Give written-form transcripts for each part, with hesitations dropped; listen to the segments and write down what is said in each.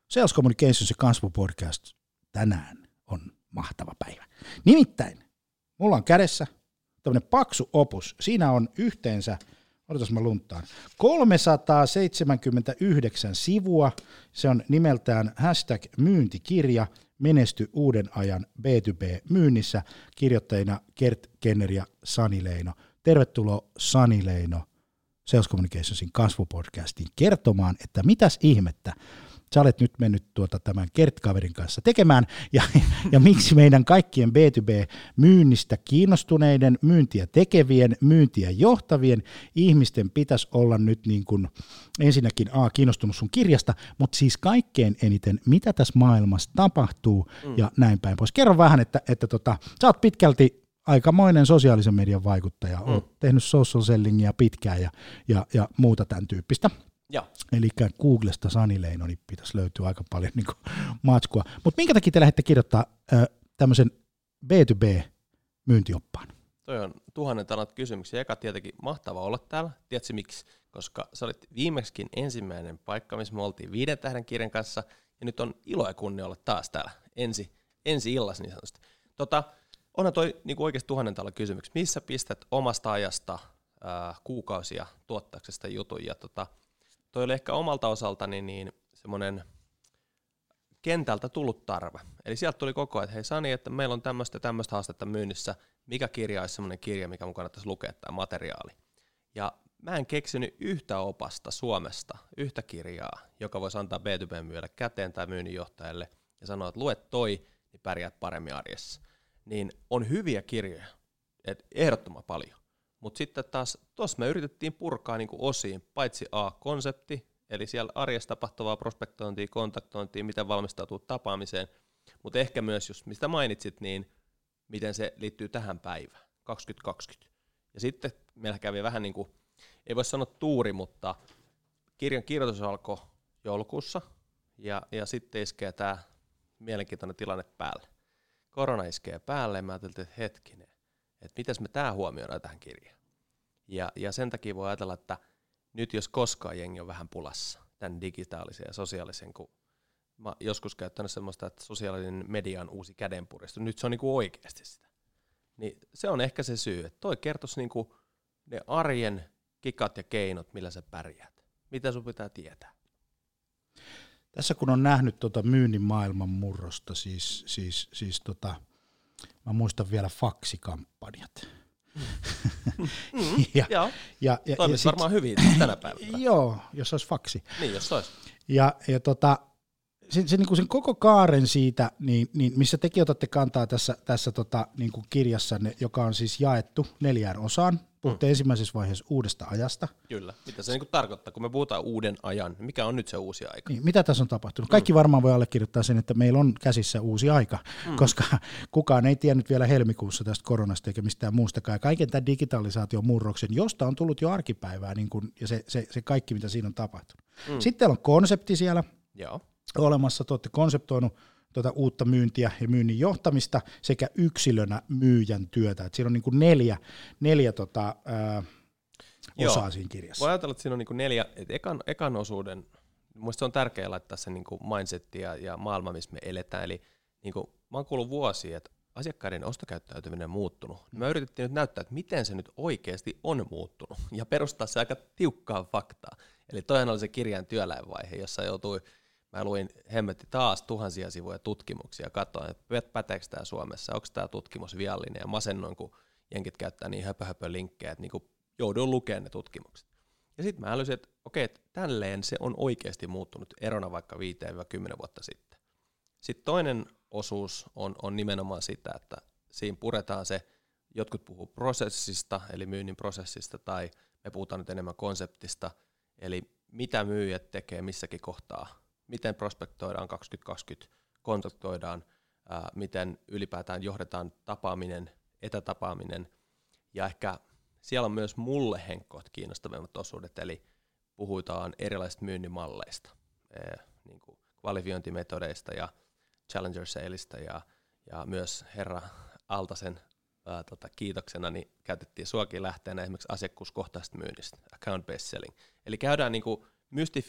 Sales Communications ja kasvupodcast tänään on mahtava päivä. Nimittäin mulla on kädessä tämmöinen paksu opus. Siinä on yhteensä, odotas mä lunttaan, 379 sivua. Se on nimeltään #myyntikirja, menesty uuden ajan B2B-myynnissä, kirjoittajina Gert Kenner ja Sani Leino. Tervetuloa Sani Leino Sales Communicationsin kasvupodcastiin kertomaan, että mitäs ihmettä sä olet nyt mennyt tämän Gert-kaverin kanssa tekemään, ja miksi meidän kaikkien B2B-myynnistä kiinnostuneiden, myyntiä tekevien, myyntiä johtavien ihmisten pitäisi olla nyt niin kuin ensinnäkin kiinnostunut sun kirjasta, mutta siis kaikkein eniten, mitä tässä maailmassa tapahtuu, ja näin päin pois. Kerro vähän, että sä oot pitkälti aikamoinen sosiaalisen median vaikuttaja, oot tehnyt social sellingia pitkään ja muuta tämän tyyppistä. Eli Googlesta Sani Leino, niin pitäisi löytyä aika paljon niin matskua. Mutta minkä takia te lähdette kirjoittaa tämmöisen B2B-myyntioppaan? Toi on 1000 talat kysymyksiä. Eka tietenkin mahtava olla täällä. Tiedätkö miksi? Koska sä olit viimeksikin ensimmäinen paikka, missä me oltiin 5 tähden kirjan kanssa, ja nyt on ilo ja kunnia olla taas täällä ensi illassa niin sanotusti. Onhan toi niin oikeasti 1000 talat kysymyksiä. Missä pistät omasta ajasta kuukausia tuottaaksesta jutun? Ja toi oli ehkä omalta osaltani niin semmoinen kentältä tullut tarve. Eli sieltä tuli koko ajan, että hei Sani, että meillä on tämmöistä haastetta myynnissä, mikä kirja olisi semmoinen kirja, mikä mun kannattaisi lukea tämä materiaali. Ja mä en keksinyt yhtä opasta Suomesta, yhtä kirjaa, joka voisi antaa B2B-myyjälle käteen tai myynninjohtajalle ja sanoa, että luet toi, niin pärjäät paremmin arjessa. Niin on hyviä kirjoja, ehdottoman paljon. Mutta sitten taas tuossa me yritettiin purkaa niinku osiin, paitsi konsepti, eli siellä arjessa tapahtuvaa prospektointia, kontaktointia, miten valmistautuu tapaamiseen, mutta ehkä myös, just mistä mainitsit, niin miten se liittyy tähän päivään, 2020. Ja sitten meillä kävi vähän niin kuin, ei voi sanoa tuuri, mutta kirjan kirjoitus alkoi joulukuussa, ja sitten iskee tämä mielenkiintoinen tilanne päälle. Korona iskee päälle, ja mä ajattelin, että hetkinen, että mitäs me tää huomioidaan tähän kirjaan. Ja sen takia voi ajatella, että nyt jos koskaan jengi on vähän pulassa tämän digitaalisen ja sosiaalisen, kun mä joskus käyttänyt semmoista, että sosiaalinen media on uusi kädenpuristus, nyt se on niinku oikeasti sitä. Niin se on ehkä se syy, että toi kertoisi niinku ne arjen kikat ja keinot, millä sä pärjäät. Mitä sun pitää tietää? Tässä kun on nähnyt myynnin maailman murrosta, mä muistan vielä faksikampanjat. Toimisi varmaan hyvin tänä päivänä. Joo, jos olisi faksi. Niin, jos olisi. Niin sen koko kaaren siitä, niin missä tekin otatte kantaa tässä niin kuin kirjassanne, joka on siis jaettu 4 osaan. Puhutte ensimmäisessä vaiheessa uudesta ajasta. Kyllä. Mitä se niin kuin tarkoittaa, kun me puhutaan uuden ajan? Mikä on nyt se uusi aika? Niin, mitä tässä on tapahtunut? Kaikki varmaan voi allekirjoittaa sen, että meillä on käsissä uusi aika, koska kukaan ei tiennyt vielä helmikuussa tästä koronasta eikä mistään muustakaan. Ja kaiken tämän digitalisaation murroksen, josta on tullut jo arkipäivää niin kuin, ja se kaikki, mitä siinä on tapahtunut. Sitten teillä on konsepti siellä. Joo. Olemassa, te olette konseptoinut uutta myyntiä ja myynnin johtamista sekä yksilönä myyjän työtä. Et siinä on niin kuin neljä osaa siinä kirjassa. Voi ajatella, että siinä on niin kuin 4, että ekan osuuden, mielestäni se on tärkeää laittaa se niin kuin mindsetti ja maailma, missä me eletään. Eli niin kuin, mä oon kuullut vuosia, että asiakkaiden ostokäyttäytyminen on muuttunut. Me yritettiin nyt näyttää, että miten se nyt oikeasti on muuttunut ja perustaa se aika tiukkaan faktaa. Eli toihan oli se kirjan työläinvaihe, jossa joutui. Mä luin hemmetti taas tuhansia sivuja tutkimuksia ja katsoin, että päteekö tämä Suomessa, onko tämä tutkimus viallinen ja masennoin, kun jenkit käyttää niin höpö linkkejä, että niinku joudun lukemaan ne tutkimukset. Ja sitten mä älysin, että okei, että tälleen se on oikeasti muuttunut erona vaikka 5-10 vuotta sitten. Sitten toinen osuus on nimenomaan sitä, että siinä puretaan se, jotkut puhuu prosessista, eli myynnin prosessista, tai me puhutaan nyt enemmän konseptista, eli mitä myyjät tekee missäkin kohtaa. Miten prospektoidaan 2020, kontaktoidaan, miten ylipäätään johdetaan tapaaminen, etätapaaminen. Ja ehkä siellä on myös mulle henkkoht kiinnostavimmat osuudet, eli puhutaan erilaisista myynnimalleista, niin kuin kvalifiointimetodeista ja challenger saleista ja myös herra Altasen kiitoksena niin käytettiin suokin lähteenä esimerkiksi asiakkuuskohtaisesta myynnistä, account-based selling. Eli käydään niin kuin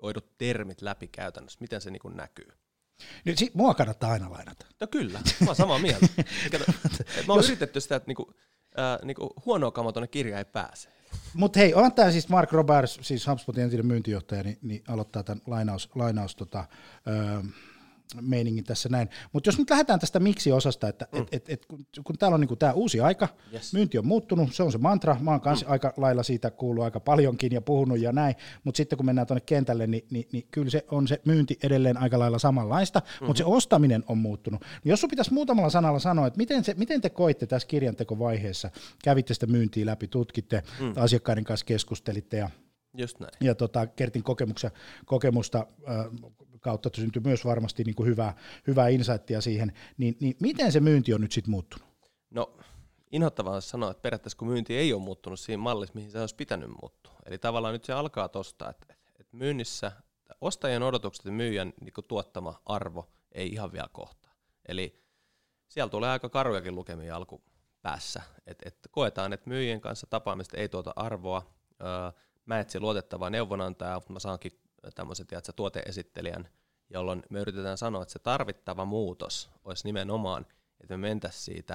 konstruoidut termit läpi käytännössä, miten se niin kuin näkyy. Nyt mua kannattaa aina lainata. No kyllä, mä oon samaa mieltä. Mä oon yritetty sitä, että niinku huonoa kamaa tuonne kirjaan ei pääse. Mutta hei, on tämä siis Mark Roberts, siis HubSpotin entinen myyntijohtaja, niin aloittaa tämän lainaus meiningin tässä näin. Mutta jos nyt lähdetään tästä miksi-osasta, että kun täällä on niinku tämä uusi aika, myynti on muuttunut, se on se mantra, mä oon kanssa aika lailla siitä kuullut aika paljonkin ja puhunut ja näin, mutta sitten kun mennään tuonne kentälle, niin kyllä se on se myynti edelleen aika lailla samanlaista, mutta se ostaminen on muuttunut. Jos sun pitäisi muutamalla sanalla sanoa, että miten te koitte tässä kirjantekovaiheessa, kävitte sitä myyntiä läpi, tutkitte, asiakkaiden kanssa keskustelitte ja Kertin kokemusta kautta syntyi myös varmasti niin kuin hyvää insightia siihen, niin miten se myynti on nyt sitten muuttunut? No, inhottavaa olisi sanoa, että periaatteessa kun myynti ei ole muuttunut siinä mallissa, mihin se olisi pitänyt muuttua. Eli tavallaan nyt se alkaa tosta, että myynnissä ostajien odotukset ja myyjän niin kuin tuottama arvo ei ihan vielä kohtaa. Eli siellä tulee aika karujakin lukemia alkupäässä, että koetaan, että myyjien kanssa tapaamista ei tuota arvoa, mä etsin luotettavaa neuvonantajaa, mutta mä saankin tämmöisen tuoteesittelijän, jolloin me yritetään sanoa, että se tarvittava muutos olisi nimenomaan, että me mentäisiin siitä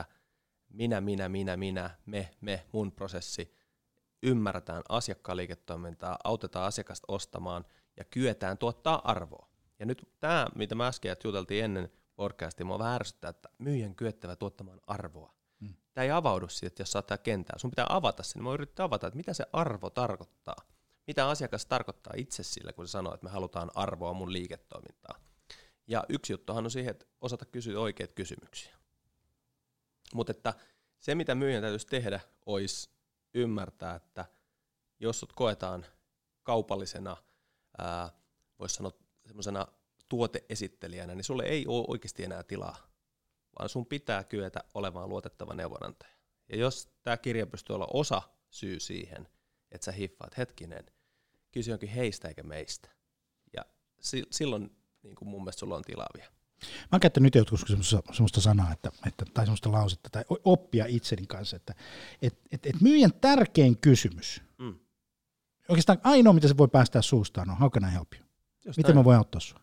me, mun prosessi, ymmärretään asiakkaan liiketoimintaa, autetaan asiakasta ostamaan ja kyetään tuottaa arvoa. Ja nyt tämä, mitä mä äsken juteltiin ennen podcastia, mua vähän ärsyttää, että myyjän kyettävä tuottamaan arvoa. Tämä ei avaudu siitä, että jos sä oot tää kentällä. Sun pitää avata sen. Mä yritän avata, että mitä se arvo tarkoittaa. Mitä asiakas tarkoittaa itse sillä, kun se sanoo, että me halutaan arvoa mun liiketoimintaa. Ja yksi juttuhan on siihen, että osata kysyä oikeita kysymyksiä. Mutta että se, mitä myyjän täytyisi tehdä, olisi ymmärtää, että jos sut koetaan kaupallisena, voisi sanoa semmoisena tuoteesittelijänä, niin sulle ei ole oikeasti enää tilaa, vaan sun pitää kyetä olemaan luotettava neuvonantaja. Ja jos tämä kirja pystyy olla osa syy siihen, että sä hiffaat hetkinen, kysy jonkin heistä eikä meistä. Ja silloin niin kuin mun mielestä sulla on tilaa vielä. Mä oon käyttänyt nyt joskus semmoista sanaa, tai semmoista lausetta, tai oppia itseni kanssa, että myyjän tärkein kysymys, oikeastaan ainoa, mitä se voi päästää suustaan, on how can I help you? Miten mä voin auttaa sua?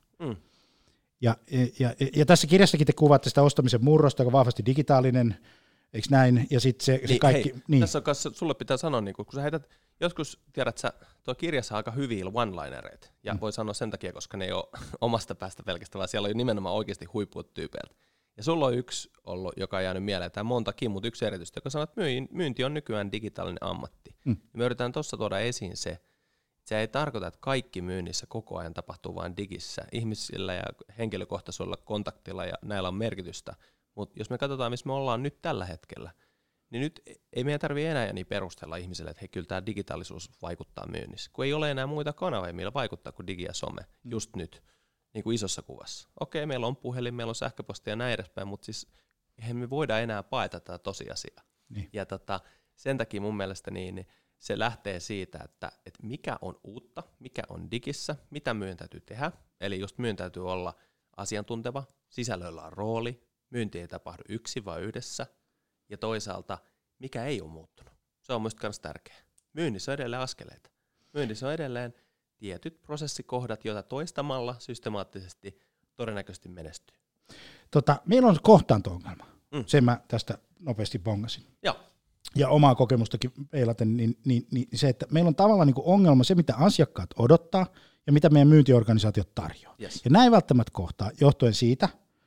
Ja tässä kirjassakin te kuvaatte sitä ostamisen murrosta, joka on vahvasti digitaalinen, eikö näin? Ja sitten se kaikki. Hei, niin. Tässä on kanssa, sulle pitää sanoa, niin kun sä heität, joskus tiedät sä, tuo kirjassa on aika hyviä one-linereita, ja voi sanoa sen takia, koska ne ei ole omasta päästä pelkästään, vaan siellä on nimenomaan oikeasti huippuut tyypeiltä. Ja sulla on yksi ollut, joka on jäänyt mieleen, tai montakin, mutta yksi erityisesti, joka sanoo, että myynti on nykyään digitaalinen ammatti. Me yritetään tuossa tuoda esiin se, se ei tarkoita, että kaikki myynnissä koko ajan tapahtuu vain digissä. Ihmisillä ja henkilökohtaisella kontaktilla ja näillä on merkitystä. Mutta jos me katsotaan, missä me ollaan nyt tällä hetkellä, niin nyt ei meidän tarvitse enää niin perustella ihmisille, että hei, kyllä tämä digitaalisuus vaikuttaa myynnissä. Kun ei ole enää muita kanavia, millä vaikuttaa kuin digi ja some just nyt niin kuin isossa kuvassa. Okei, meillä on puhelin, meillä on sähköposti ja näin edespäin, mutta siis eihän me voida enää paeta tätä tosiasiaa. Niin. Ja sen takia mun mielestä niin se lähtee siitä, että mikä on uutta, mikä on digissä, mitä myynnin täytyy tehdä. Eli just myynnin täytyy olla asiantunteva, sisällöllä on rooli, myynti ei tapahdu yksin vaan yhdessä. Ja toisaalta, mikä ei ole muuttunut. Se on minusta myös tärkeää. Myynnissä on edelleen askeleita. Myynnissä on edelleen tietyt prosessikohdat, joita toistamalla systemaattisesti todennäköisesti menestyy. Meillä on kohtaanto-ongelma. Sen mä tästä nopeasti bongasin. Joo. Ja omaa kokemustakin peilaten, niin se, että meillä on tavallaan niin kuin ongelma se, mitä asiakkaat odottaa ja mitä meidän myyntiorganisaatiot tarjoaa. Yes. Ja näin välttämättä kohtaa johtuen siitä,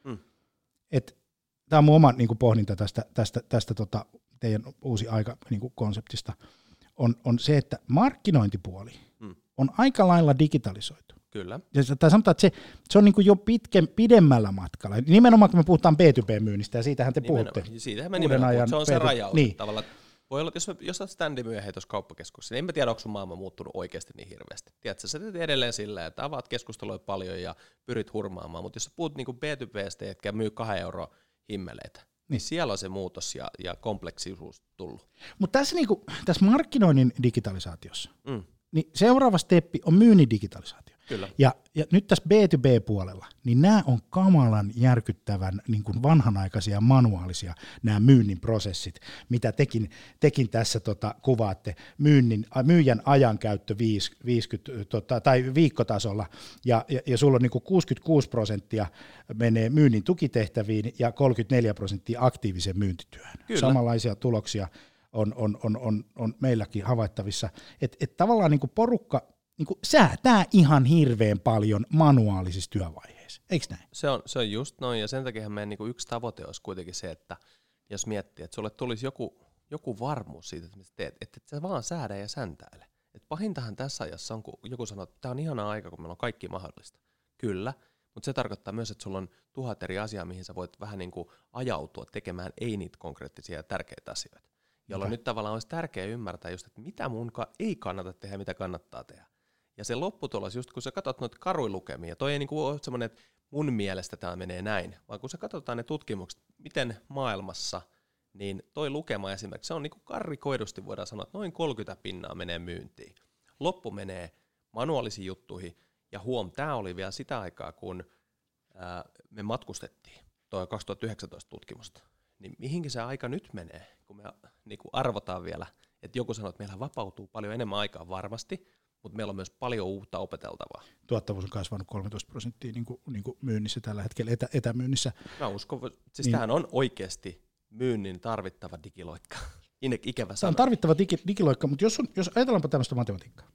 että tämä on mun oma niin kuin pohdinta tästä teidän uusi aika niin kuin konseptista, on se, että markkinointipuoli on aika lailla digitalisoitu. Kyllä. Tai sanotaan, että se on niin kuin jo pidemmällä matkalla. Nimenomaan kun me puhutaan B2B-myynnistä, ja siitähän te puhutte. Siitähän me nimenomaan, se on se rajaus. Niin. Voi olla, että jos olet standimyyjä tuossa kauppakeskuksessa, niin en mä tiedä, onko sun maailma muuttunut oikeasti niin hirveästi. Tiedätkö, sä teet edelleen silleen, että avaat keskusteluja paljon ja pyrit hurmaamaan, mutta jos sä puhut niin kuin B2Bstä, etkä myy 2 € himmeleitä, niin siellä on se muutos ja kompleksisuus tullut. Mutta tässä markkinoinnin digitalisaatiossa, niin seuraava steppi on myynnin digitalisaatio. Kyllä. Ja nyt tässä B2B-puolella, niin nämä on kamalan järkyttävän niin kuin vanhanaikaisia manuaalisia nämä myynnin prosessit, mitä tekin tässä kuvaatte, myyjän ajankäyttö 50 tai viikkotasolla, ja sulla on niin kuin 66% menee myynnin tukitehtäviin ja 34% aktiivisen myyntityöhön. Kyllä. Samanlaisia tuloksia on meilläkin havaittavissa, että tavallaan niin kuin porukka niin kuin säätää ihan hirveän paljon manuaalisissa työvaiheissa, eikö näin? Se on just noin, ja sen takia meidän niin kuin yksi tavoite olisi kuitenkin se, että jos miettii, että sulle tulisi joku varmuus siitä, että mitä teet, että et sä vaan säädä ja säntäile. Et pahintahan tässä ajassa on, kun joku sanoo, että tämä on ihana aika, kun meillä on kaikki mahdollista. Kyllä, mutta se tarkoittaa myös, että sulla on 1000 eri asiaa, mihin sä voit vähän niin kuin ajautua tekemään ei niitä konkreettisia ja tärkeitä asioita. Jolloin nyt tavallaan olisi tärkeää ymmärtää just, että mitä mun ei kannata tehdä ja mitä kannattaa tehdä. Ja se lopputulos, just kun sä katsot noita karuilukemia, toi ei niinku ole semmoinen, että mun mielestä tämä menee näin, vaan kun sä katsotaan ne tutkimukset, miten maailmassa, niin toi lukema esimerkiksi, se on niinku karrikoidusti voidaan sanoa, että noin 30% menee myyntiin. Loppu menee manuaalisiin juttuihin, ja tämä oli vielä sitä aikaa, kun me matkustettiin, toi 2019 tutkimusta. Niin mihinkin se aika nyt menee, kun me niinku arvotaan vielä, että joku sanoo, että meillä vapautuu paljon enemmän aikaa varmasti, mutta meillä on myös paljon uutta opeteltavaa. Tuottavuus on kasvanut 13% niin kuin myynnissä tällä hetkellä, etämyynnissä. Mä uskon, siis niin. Tämähän on oikeasti myynnin tarvittava digiloikka. Ikävä sana. Tämä on tarvittava digiloikka, mutta jos ajatellaanpa tämmöistä matematiikkaa.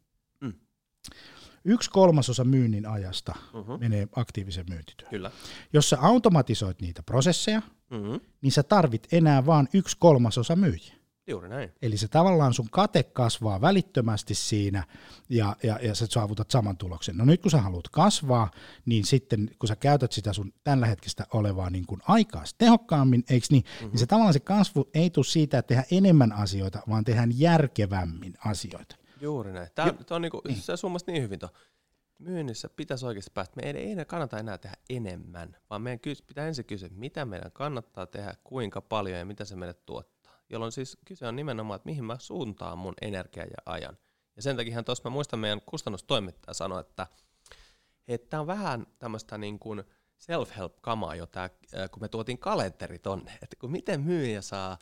1/3 myynnin ajasta menee aktiivisen myyntityöhön. Kyllä. Jos sä automatisoit niitä prosesseja, niin sä tarvit enää vaan 1/3 myyjiä. Juuri näin. Eli se tavallaan sun kate kasvaa välittömästi siinä ja sä saavutat saman tuloksen. No nyt kun sä haluat kasvaa, niin sitten kun sä käytät sitä sun tällä hetkistä olevaa niin kuin aikaa tehokkaammin, eikö niin, niin se tavallaan se kasvu ei tule siitä, että tehdään enemmän asioita, vaan tehdään järkevämmin asioita. Juuri näin. Tämä on niinku, se summasi niin hyvin myynnissä pitäisi oikeasti päästä. Me ei kannata enää tehdä enemmän, vaan meidän pitää ensin kysyä, mitä meidän kannattaa tehdä, kuinka paljon ja mitä se meille tuottaa. Jolloin siis kyse on nimenomaan, että mihin mä suuntaan mun energiaa ja ajan. Ja sen takia tuossa mä muistan meidän kustannustoimittaja sanoi, että tämä on vähän tämmöistä niin kuin self-help-kamaa jo, kun me tuotiin kalenteri tonne, että kun miten myyjä saa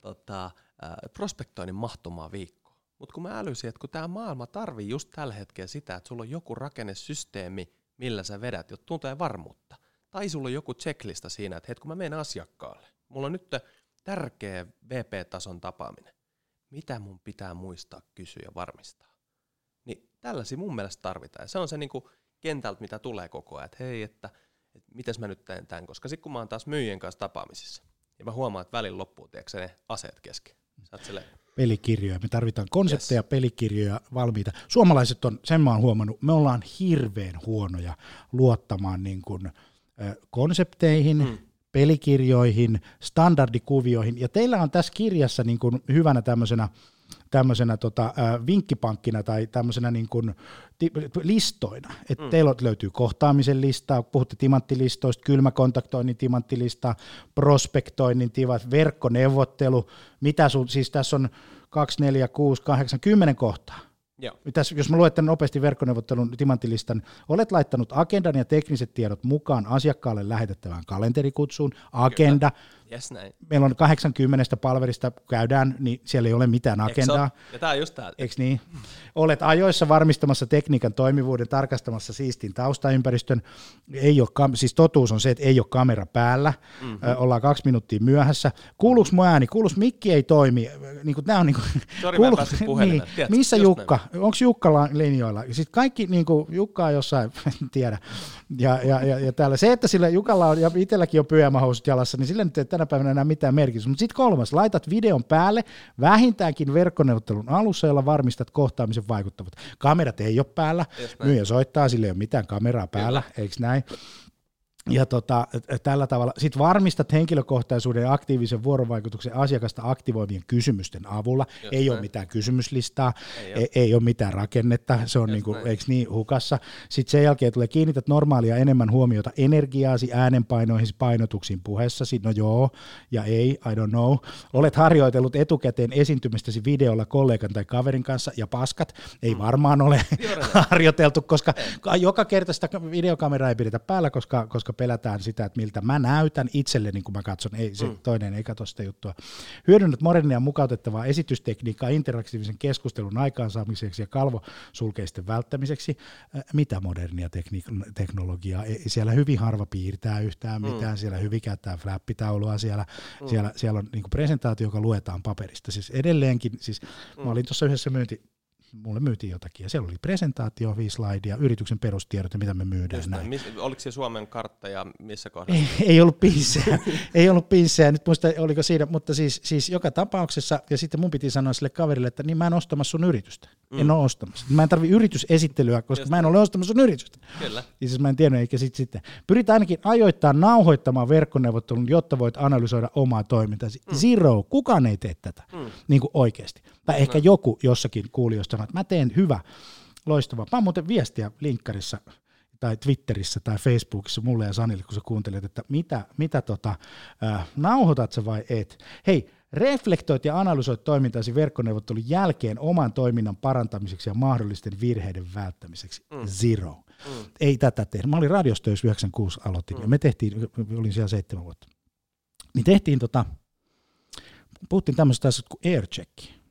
prospektoinnin mahtumaan viikkoon. Mutta kun mä älysin, että kun tämä maailma tarvii just tällä hetkellä sitä, että sulla on joku rakennesysteemi, millä sä vedät, jotta tuntee varmuutta. Tai sulla on joku checklista siinä, että kun mä menen asiakkaalle, mulla on nyt tärkeä VP-tason tapaaminen. Mitä mun pitää muistaa, kysyä ja varmistaa? Niin tällaisia mun mielestä tarvitaan. Ja se on se niinku kentältä, mitä tulee koko ajan, että hei, että mitäs mä nyt teen tämän. Koska sitten kun mä oon taas myyjien kanssa tapaamisissa, ja mä huomaan, että välillä loppuu, tiedätkö, ne aseet kesken. Pelikirjoja. Me tarvitaan konsepteja, pelikirjoja valmiita. Suomalaiset on, sen mä oon huomannut, me ollaan hirveän huonoja luottamaan niin kuin konsepteihin, pelikirjoihin, standardikuvioihin, ja teillä on tässä kirjassa niin kuin hyvänä tämmöisenä vinkkipankkina tai tämmöisenä niin kuin listoina, että teillä löytyy kohtaamisen listaa, puhutte timanttilistoista, kylmäkontaktoinnin timanttilista, prospektoinnin verkkoneuvottelu, mitä siis tässä on 2, 4, 6, 8, 10 kohtaa. Tässä, jos mä luettelen nopeasti verkkoneuvottelun timanttilistan, olet laittanut agendan ja tekniset tiedot mukaan asiakkaalle lähetettävään kalenterikutsuun, agenda. Yes, näin. Meillä on 80 palvelista, kun käydään, niin siellä ei ole mitään agendaa. Ja tämä on just tämä. Eikö niin? Olet ajoissa varmistamassa tekniikan toimivuuden, tarkastamassa siistin taustaympäristön. Siis totuus on se, että ei ole kamera päällä. Ollaan 2 minuuttia myöhässä. Kuuluuko mun ääni? Kuuluuko mikki ei toimi? Niin nämä on Sori, mä en päässyt puhelimeen. Niin. Missä Jukka? Onko Jukka linjoilla? Sitten kaikki Jukka on jossain, en tiedä. Ja täällä se, että sillä Jukalla on ja itselläkin on pyjamahousut jalassa, niin sillä nyt ei tänä päivänä enää mitään merkitystä. Mutta sitten 3. Laitat videon päälle vähintäänkin verkkoneuvottelun alussa, jolla varmistat kohtaamisen vaikuttavuutta. Kamerat ei ole päällä, myyjä soittaa, sillä ei ole mitään kameraa päällä, eikö näin? Ja tällä tavalla sit varmistat henkilökohtaisuuden ja aktiivisen vuorovaikutuksen asiakasta aktivoivien kysymysten avulla. Ei ole mitään kysymyslistaa, ei ole mitään rakennetta, se on niinku, eikö niin, hukassa. Sitten sen jälkeen kiinnität normaalia enemmän huomiota energiaasi, äänenpainoihin, painotuksiin puheessasi, no joo ja ei, I don't know. Olet harjoitellut etukäteen esiintymistäsi videolla kollegan tai kaverin kanssa ja paskat, ei varmaan ole harjoiteltu, koska joka kerta sitä videokameraa ei pidetä päällä, koska pelätään sitä, että miltä mä näytän itselleni, kun mä katson, ei se toinen ei katso sitä juttua. Hyödynnät modernia mukautettavaa esitystekniikkaa interaktiivisen keskustelun aikaansaamiseksi ja kalvosulkeisten välttämiseksi. Mitä modernia teknologiaa? Ei siellä hyvin harva piirtää yhtään mitään, siellä hyvin käyttää flappitaulua, siellä on niinku presentaatio, joka luetaan paperista. Siis edelleenkin, mä olin tuossa yhdessä mulle myytiin jotakin, ja siellä oli presentaatio, 5 slaidia, yrityksen perustiedot ja mitä me myydään. Oliko se Suomen kartta ja missä kohdassa? Ei ollut pinssejä, nyt muista oliko siinä, mutta siis joka tapauksessa, ja sitten mun piti sanoa sille kaverille, että niin mä en ostamassa sun yritystä. En ole ostamassa. Mä en tarvi yritysesittelyä, koska mä en ole ostamassa sun yritystä. Kyllä. Ja siis mä en tiennyt, eikä sitten. Pyritään ainakin ajoittain nauhoittamaan verkkoneuvottelun, jotta voit analysoida omaa toimintasi. Zero, kukaan ei tee tätä niin kuin oikeasti. Tai ehkä joku jossakin kuulijoista sanoo, että mä teen hyvä, loistava. Mä oon muuten viestiä linkkarissa tai Twitterissä tai Facebookissa mulle ja Sanille, kun sä kuuntelet, että nauhoitat sä vai et. Hei, reflektoit ja analysoit toimintasi verkkoneuvottelun jälkeen oman toiminnan parantamiseksi ja mahdollisten virheiden välttämiseksi. Zero. Ei tätä tehdä. Mä olin radiostöissä 96 aloitin ja me olin siellä 7 vuotta. Niin tehtiin puhuttiin tämmöisestä asiasta kuin aircheck.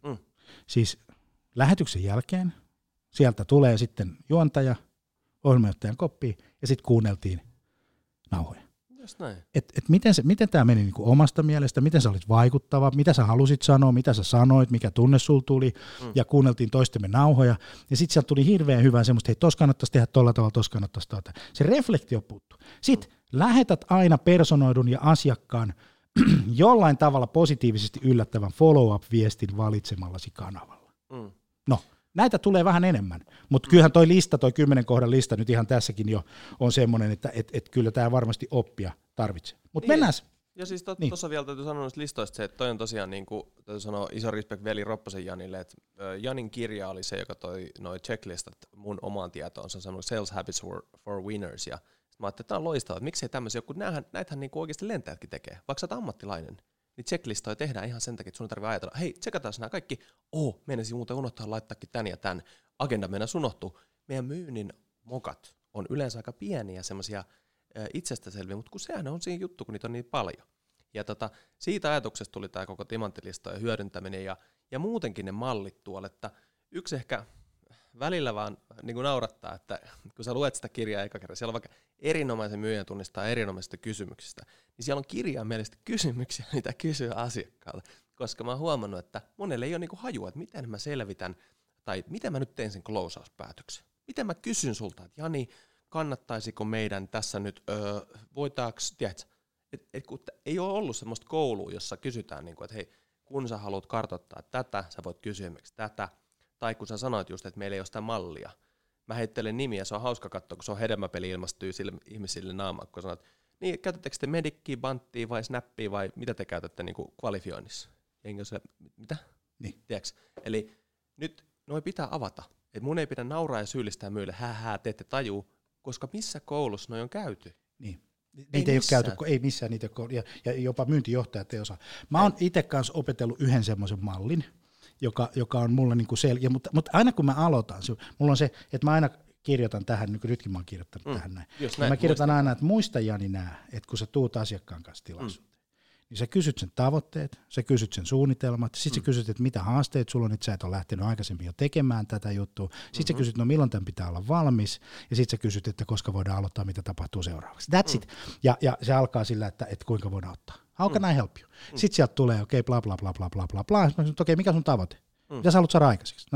Siis lähetyksen jälkeen sieltä tulee sitten juontaja, ohjelmajohtajan koppi ja sitten kuunneltiin nauhoja. Just näin. Miten tämä meni niinku omasta mielestä, miten sä olit vaikuttava, mitä sä halusit sanoa, mitä sä sanoit, mikä tunne sul tuli, ja kuunneltiin toistemme nauhoja, ja sitten sieltä tuli hirveän hyvää semmoista, hei, tos kannattaisi tehdä tolla tavalla, tos kannattaisi tuota. Se reflektio puuttuu. Sitten lähetät aina personoidun ja asiakkaan jollain tavalla positiivisesti yllättävän follow-up-viestin valitsemallasi kanavalla. No, näitä tulee vähän enemmän, mutta kyllähän toi 10 kohdan lista nyt ihan tässäkin jo on semmoinen, että kyllä tämä varmasti oppia tarvitsee. Mutta mennään. Ja siis tuossa vielä täytyy sanoa noista listoista se, että toi on tosiaan, niin kuin täytyy sanoa iso respect veli Ropposen Janille, että Janin kirja oli se, joka toi noi checklistat mun omaan tietoon, se on sanonut Sales Habits for Winners, ja mä ajattelin, että tämä on loistavaa, että miksei tämmöisiä, kun näitähän niin oikeasti lentäjätkin tekee, vaikka sä oot ammattilainen, niin checklistoja tehdään ihan sen takia, että sun ei tarvitse ajatella, hei, tsekataan nämä kaikki, meinasin muuten unohtaa laittaakin tän ja tän, agenda mennä unohtuu. Meidän myynnin mokat on yleensä aika pieniä semmoisia itsestäselviä, mutta kun sehän on siinä juttu, kun niitä on niin paljon. Ja siitä ajatuksesta tuli tämä koko timanttilistojen hyödyntäminen ja muutenkin ne mallit tuolla, että yksi ehkä välillä vaan niin kuin naurattaa, että kun sä luet sitä kirjaa eka kerran, siellä on vaikka erinomaisen myyjän tunnistaa erinomaisista kysymyksistä, niin siellä on kirjaimellisesti kysymyksiä, mitä kysyä asiakkaalta, koska mä oon huomannut, että monelle ei ole niinku hajua, että miten mä selvitän, tai miten mä nyt teen sen closauspäätöksen. Miten mä kysyn sulta, että Jani, kannattaisiko meidän tässä nyt, voitaanko, tiedätkö, kun ei ole ollut semmoista koulua, jossa kysytään, niin kuin, että hei, kun sä haluat kartoittaa tätä, sä voit kysyä miksi tätä, tai kun sä sanoit just, että meillä ei ole sitä mallia. Mä heittelen nimiä, se on hauska katsoa, kun se on hedelmäpeli ilmastyy ihmisille naamaan, kun sanot, niin käytättekö te medikkiä, banttia vai snappia vai mitä te käytätte niin kuin kvalifioinnissa? Enkö se, mitä? Niin. Tiedätkö? Eli nyt noi pitää avata. Et mun ei pidä nauraa ja syyllistää myille, te ette tajuu, koska missä koulussa noi on käyty? Niin. Niitä ei ole käyty, ei missään niitä ja jopa myyntijohtajat ei osaa. Mä oon itse kanssa opetellut yhden semmoisen mallin, joka on mulla niinku selkeä, mutta aina kun mä aloitan, mulla on se, että mä aina kirjoitan tähän, niin kuin nytkin mä oon kirjoittanut tähän näin. Mä kirjoitan aina, että muista Jani nää, että kun sä tuut asiakkaan kanssa tilaisuuteen, niin sä kysyt sen tavoitteet, sä kysyt sen suunnitelmat, sit sä kysyt, että mitä haasteet sulla on, että sä et ole lähtenyt aikaisemmin jo tekemään tätä juttua, sit sä kysyt, no milloin tämän pitää olla valmis, ja sit sä kysyt, että koska voidaan aloittaa, mitä tapahtuu seuraavaksi. That's it. Ja se alkaa sillä, että kuinka voidaan ottaa. How can I help you? Sitten sieltä tulee, okei, bla bla bla bla bla bla bla. Okei, mikä on sun tavoite? Mitä sä haluat saada aikaiseksi?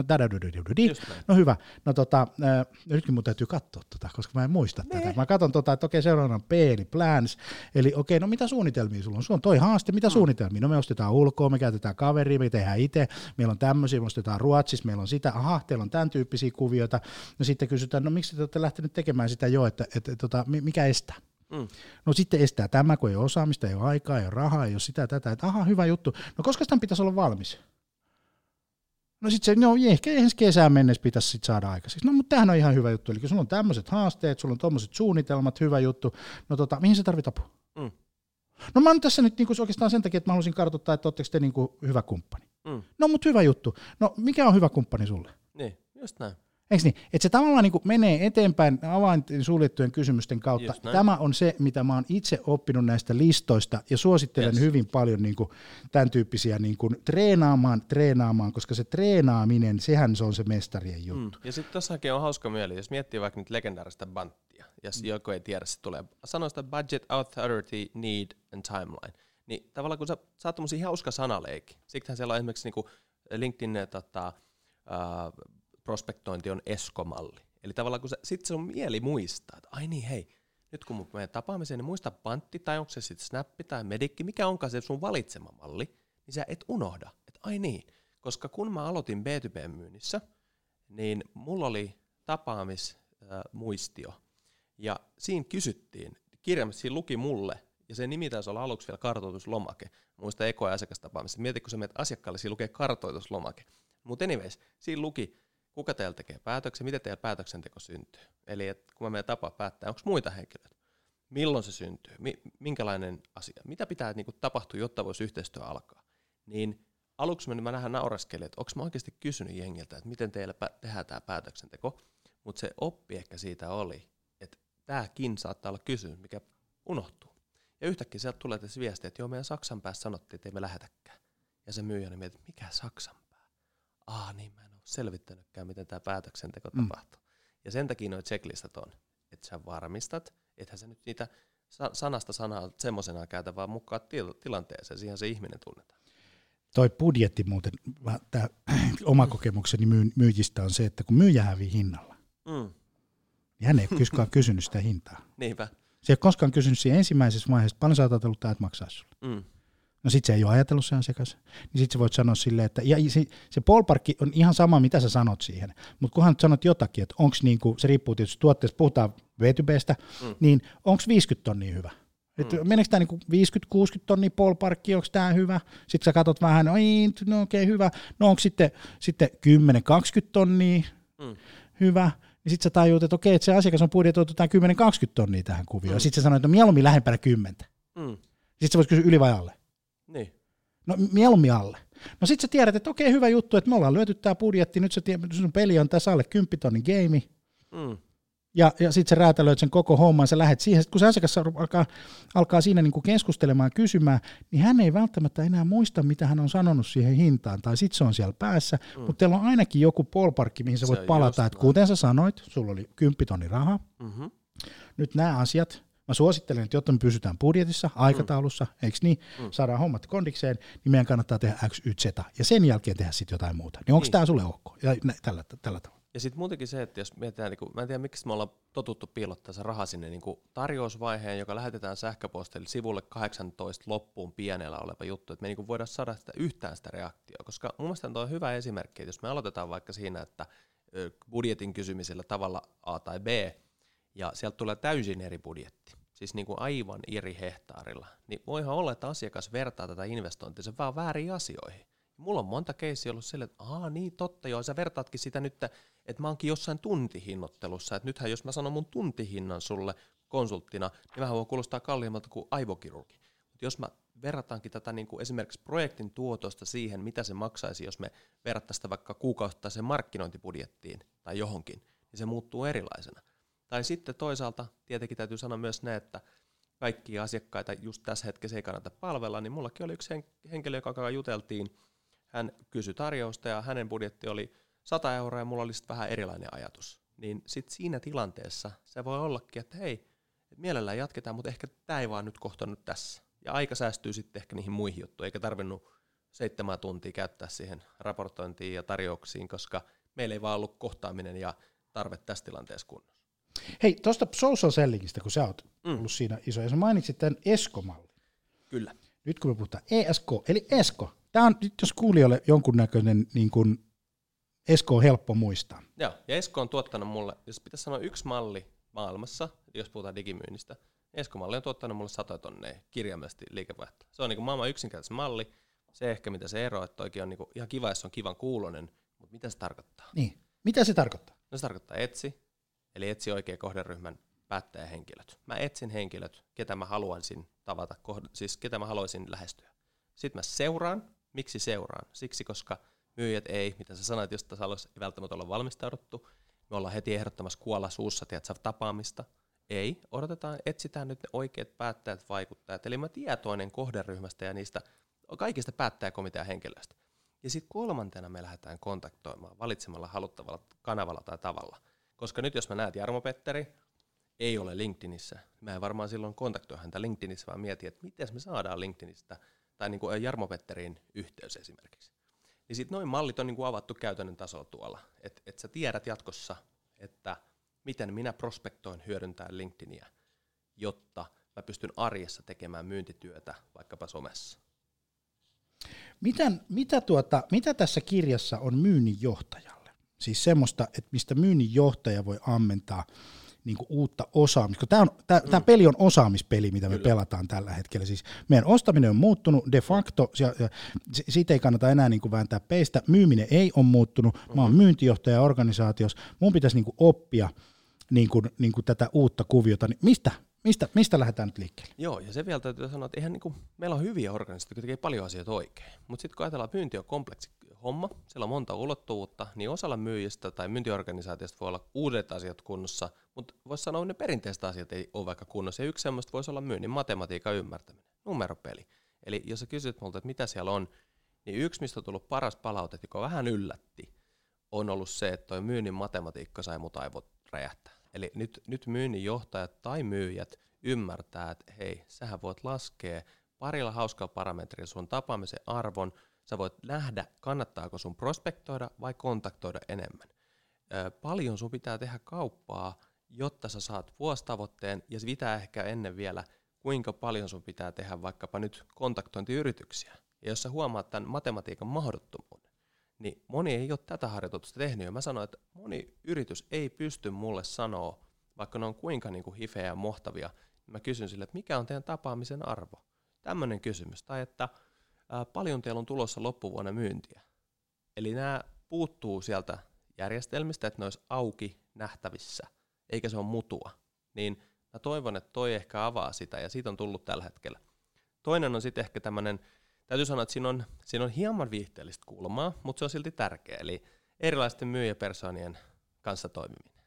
No hyvä. No nytkin mun täytyy katsoa koska mä en muista tätä. Mä katson että okei, seuraavana P eli plans. Eli okei, no mitä suunnitelmia sulla on? Sulla on toi haaste, mitä suunnitelmia? No me ostetaan ulkoa, me käytetään kaveria, me tehdään itse. Meillä on tämmöisiä, me ostetaan Ruotsissa, meillä on sitä. Aha, teillä on tämän tyyppisiä kuvioita. No sitten kysytään, no miksi te olette lähtenyt tekemään sitä jo, että mikä estää? No sitten estää tämä, kun ei ole osaamista, ei ole aikaa, ei ole rahaa, ei ole sitä, tätä, että aha, hyvä juttu. No koska tämän pitäisi olla valmis? No sitten se, no ehkä ensi kesään mennessä pitäisi sit saada aikaiseksi. No mutta tämähän on ihan hyvä juttu, eli sulla on tämmöiset haasteet, sulla on tommoset suunnitelmat, hyvä juttu. No mihin sä tarvit apua? No mä oon tässä nyt niinku oikeastaan sen takia, että mä haluaisin kartoittaa, että ootteko te niinku hyvä kumppani. No mut hyvä juttu. No mikä on hyvä kumppani sulle? Niin, just näin. Eikö niin? Että se tavallaan niin kuin menee eteenpäin avainten suljettujen kysymysten kautta. Tämä on se, mitä mä oon itse oppinut näistä listoista ja suosittelen hyvin paljon niin kuin tämän tyyppisiä niin kuin treenaamaan, koska se treenaaminen, sehän se on se mestarien juttu. Ja sitten tossakin on hauska mieli, jos miettii vaikka nyt legendaarista banttia, ja joku ei tiedä, se tulee sanoista budget, authority, need and timeline. Niin tavallaan kun sä saat tommosia hauska sanaleikki, sittenhän siellä on esimerkiksi niinku LinkedIn prospektointi on ESCO-malli. Eli tavallaan kun sitten sun mieli muistaa, että ai niin hei, nyt kun mun menee tapaamiseen, niin muista pantti tai onko se sitten snappi tai medikki, mikä onkaan se sun valitsema malli, niin sä et unohda, että ai niin. Koska kun mä aloitin B2B-myynnissä, niin mulla oli tapaamismuistio ja siinä kysyttiin, kirjaimessa siinä luki mulle, ja se nimi taisi olla aluksi vielä kartoituslomake. Muista eko- ja asiakastapaamista. Mieti, kun sä menet asiakkaalle, siinä lukee kartoituslomake. Mutta anyways, siinä luki, kuka teillä tekee päätöksen, miten teillä päätöksenteko syntyy. Eli et, kun mä menen tapaa päättää, onko muita henkilöitä, milloin se syntyy, minkälainen asia, mitä pitää niinku tapahtua, jotta voisi yhteistyö alkaa. Niin aluksi mä vähän nauraskelin, että onko mä oikeasti kysynyt jengiltä, että miten teillä tehdään tämä päätöksenteko, mutta se oppi ehkä siitä oli, että tämäkin saattaa olla kysymys, mikä unohtuu. Ja yhtäkkiä sieltä tulee tässä viesti, että joo, meidän Saksan päässä sanottiin, että ei me lähetäkään. Ja se myyjä niin mietit, mikä Saksan pää? Niin mä en ole selvittänytkään, miten tämä päätöksenteko tapahtuu. Ja sen takia nuo checklistat on, että sä varmistat, ethän sä nyt niitä sanasta sanaa semmoisena käytä, vaan mukaan tilanteeseen, siihen se ihminen tunnetaan. Toi budjetti muuten, tämä oma kokemukseni myyjistä on se, että kun myyjä hävii hinnalla, niin hän ei koskaan kysynyt sitä hintaa. Niinpä. Se ei ole koskaan kysynyt siinä ensimmäisessä vaiheessa, paljon sä oot ajatellut tämä, että maksaa sulle. No sit se ei ole ajatellut se asiakas, niin sit sä voit sanoa silleen, että ja se ballparkki on ihan sama, mitä sä sanot siihen, mutta kunhan nyt sanot jotakin, että onko niinku, se riippuu tietysti tuotteesta, puhutaan B2Bstä, niin onko 50 tonnia hyvä? Meneekö tämä niinku 50-60 tonnia ballparkki, onko tämä hyvä? Sitten sä katsot vähän, no okei, hyvä, no onko sitten 10-20 tonnia hyvä? Niin sitten sä tajuut, että okei, että se asiakas on budjetoitu tämän 10-20 tonnia tähän kuvioon, ja sitten sä sanoit, että no mieluummin lähempänä 10. Sitten sä voisit kysyä yli vai alle. Niin. No mieluummin alle. No sit sä tiedät, että okei, hyvä juttu, että me ollaan lyöty tää budjetti, nyt sä tiedät, sun peli on tässä alle 10 tonnin game, ja sit sä räätälöit sen koko homman, sä lähet siihen, sit kun se asiakas alkaa siinä niinku keskustelemaan ja kysymään, niin hän ei välttämättä enää muista, mitä hän on sanonut siihen hintaan, tai sit se on siellä päässä, mutta teillä on ainakin joku ballparkki, mihin sä voit palata, että kuten sä sanoit, sulla oli 10 tonnin rahaa, nyt nämä asiat, mä suosittelen, että jotta me pysytään budjetissa, aikataulussa, eikö niin, saadaan hommat kondikseen, niin meidän kannattaa tehdä X, Y, Z, ja sen jälkeen tehdä sitten jotain muuta. Niin onko tämä sulle ok? Ja tällä tavalla. Ja sitten muutenkin se, että jos mietitään, niin mä en tiedä miksi me ollaan totuttu piilottaa se raha sinne niin tarjousvaiheen, joka lähetetään sähköpostille sivulle 18 loppuun pienellä oleva juttu, että me niin voidaan saada yhtään sitä reaktiota, koska mun mielestä on hyvä esimerkki, että jos me aloitetaan vaikka siinä, että budjetin kysymisellä tavalla A tai B, ja sieltä tulee täysin eri budjetti, siis niin kuin aivan eri hehtaarilla, niin voihan olla, että asiakas vertaa tätä investointia sen vaan väärin asioihin. Mulla on monta keissiä ollut sille, että niin totta joo, sä vertaatkin sitä nyt, että mä oonkin jossain tuntihinnottelussa, että nythän jos mä sanon mun tuntihinnan sulle konsulttina, niin mähän voi kuulostaa kalliimmalta kuin aivokirurgi. Mutta jos mä verrataankin tätä niin kuin esimerkiksi projektin tuotosta siihen, mitä se maksaisi, jos me verrattaisiin sitä vaikka kuukausittaiseen markkinointibudjettiin tai johonkin, niin se muuttuu erilaisena. Tai sitten toisaalta tietenkin täytyy sanoa myös ne, että kaikkia asiakkaita just tässä hetkessä ei kannata palvella, niin mullakin oli yksi henkilö, joka kanssa juteltiin, hän kysyi tarjousta ja hänen budjetti oli 100 € ja mulla oli sitten vähän erilainen ajatus. Niin sitten siinä tilanteessa se voi ollakin, että hei, mielellään jatketaan, mutta ehkä tämä ei vaan nyt kohtanut tässä. Ja aika säästyy sitten ehkä niihin muihin juttuihin, eikä tarvinnut 7 tuntia käyttää siihen raportointiin ja tarjouksiin, koska meillä ei vaan ollut kohtaaminen ja tarve tässä tilanteessa kunnossa. Hei, tuosta social sellingistä, kun sä oot ollut siinä iso, ja sä mainitsit tämän ESCO-mallin. Kyllä. Nyt kun me puhutaan ESK, eli ESCO, tämä on, jos kuulijoille jonkunnäköinen, niin kuin ESCO on helppo muistaa. Joo, ja ESCO on tuottanut mulle, jos pitäisi sanoa yksi malli maailmassa, jos puhutaan digimyynnistä, Esko-malli on tuottanut mulle 100 tonneja kirjaimellisesti liikevaihtoa. Se on niin maailman yksinkertaisen malli. Se ehkä mitä se ero, että toikin on niin ihan kiva, jos on kivan kuulonen, mutta mitä se tarkoittaa? Niin, mitä se tarkoittaa? No se tarkoittaa eli etsi oikea kohderyhmän päättäjähenkilöt. Mä etsin henkilöt, ketä mä haluaisin tavata, siis ketä mä haluaisin lähestyä. Sitten mä seuraan. Miksi seuraan? Siksi, koska myyjät ei, mitä sä sanoit, jos tässä alussa ei välttämättä olla valmistauduttu. Me ollaan heti ehdottamassa kuolla suussa, tiedätkö, tapaamista. Ei, etsitään nyt ne oikeat päättäjät, vaikuttajat. Eli mä tietoinen kohderyhmästä ja niistä kaikista päättäjäkomitean henkilöistä. Ja sitten kolmantena me lähdetään kontaktoimaan valitsemalla haluttavalla kanavalla tai tavalla. Koska nyt jos mä näet Jarmo-Petteri, ei ole LinkedInissä, mä en varmaan silloin kontaktoi häntä LinkedInissä, vaan mietin, että miten me saadaan LinkedInistä tai niin kuin Jarmo-Petteriin yhteys esimerkiksi. Niin sitten noin mallit on niin kuin avattu käytännön tasolla tuolla, että et sä tiedät jatkossa, että miten minä prospektoin hyödyntäen LinkedIniä, jotta mä pystyn arjessa tekemään myyntityötä vaikkapa somessa. Mitä tässä kirjassa on myynnin johtajalle? Siis semmoista, että mistä myynnin johtaja voi ammentaa niinku uutta osaamista. Tämä peli on osaamispeli, mitä me pelataan tällä hetkellä. Siis meidän ostaminen on muuttunut de facto, ja siitä ei kannata enää niinku vääntää peistä. Myyminen ei ole muuttunut. Mä oon myyntijohtaja organisaatiossa. Mun pitäisi niinku oppia niinku tätä uutta kuviota. Niin mistä lähdetään nyt liikkeelle? Joo, ja se vielä täytyy sanoa, että eihän niinku, meillä on hyviä organisaatioita, jotka tekee paljon asioita oikein. Mutta sitten kun ajatellaan, että myynti on kompleksi homma, siellä on monta ulottuvuutta, niin osalla myyjistä tai myyntiorganisaatiosta voi olla uudet asiat kunnossa, mutta voisi sanoa, että ne perinteiset asiat ei ole vaikka kunnossa. Ja yksi semmoista voisi olla myynnin matematiikan ymmärtäminen, numeropeli. Eli jos sä kysyt multa, että mitä siellä on, niin yksi, mistä on tullut paras palaute, joka vähän yllätti, on ollut se, että toi myynnin matematiikka sai mut aivot räjähtää. Eli nyt myynnin johtajat tai myyjät ymmärtää, että hei, sähän voit laskea parilla hauskalla parametrilla sun tapaamisen arvon, sä voit nähdä, kannattaako sun prospektoida vai kontaktoida enemmän. Paljon sun pitää tehdä kauppaa, jotta sä saat vuositavoitteen, ja sitä ehkä ennen vielä, kuinka paljon sun pitää tehdä vaikkapa nyt kontaktointiyrityksiä. Ja jos sä huomaat tämän matematiikan mahdottomuuden, niin moni ei ole tätä harjoitusta tehnyt. Ja mä sanoin, että moni yritys ei pysty mulle sanoa, vaikka ne on kuinka niin kuin hifejä ja mohtavia, niin mä kysyn sille, että mikä on teidän tapaamisen arvo? Tämmöinen kysymys. Tai että paljon teillä on tulossa loppuvuonna myyntiä. Eli nämä puuttuu sieltä järjestelmistä, että ne olisi auki nähtävissä, eikä se ole mutua. Niin mä toivon, että toi ehkä avaa sitä, ja siitä on tullut tällä hetkellä. Toinen on sitten ehkä tämmöinen, täytyy sanoa, että siinä on hieman viihteellistä kulmaa, mutta se on silti tärkeä, eli erilaisten myyjäpersoonien kanssa toimiminen.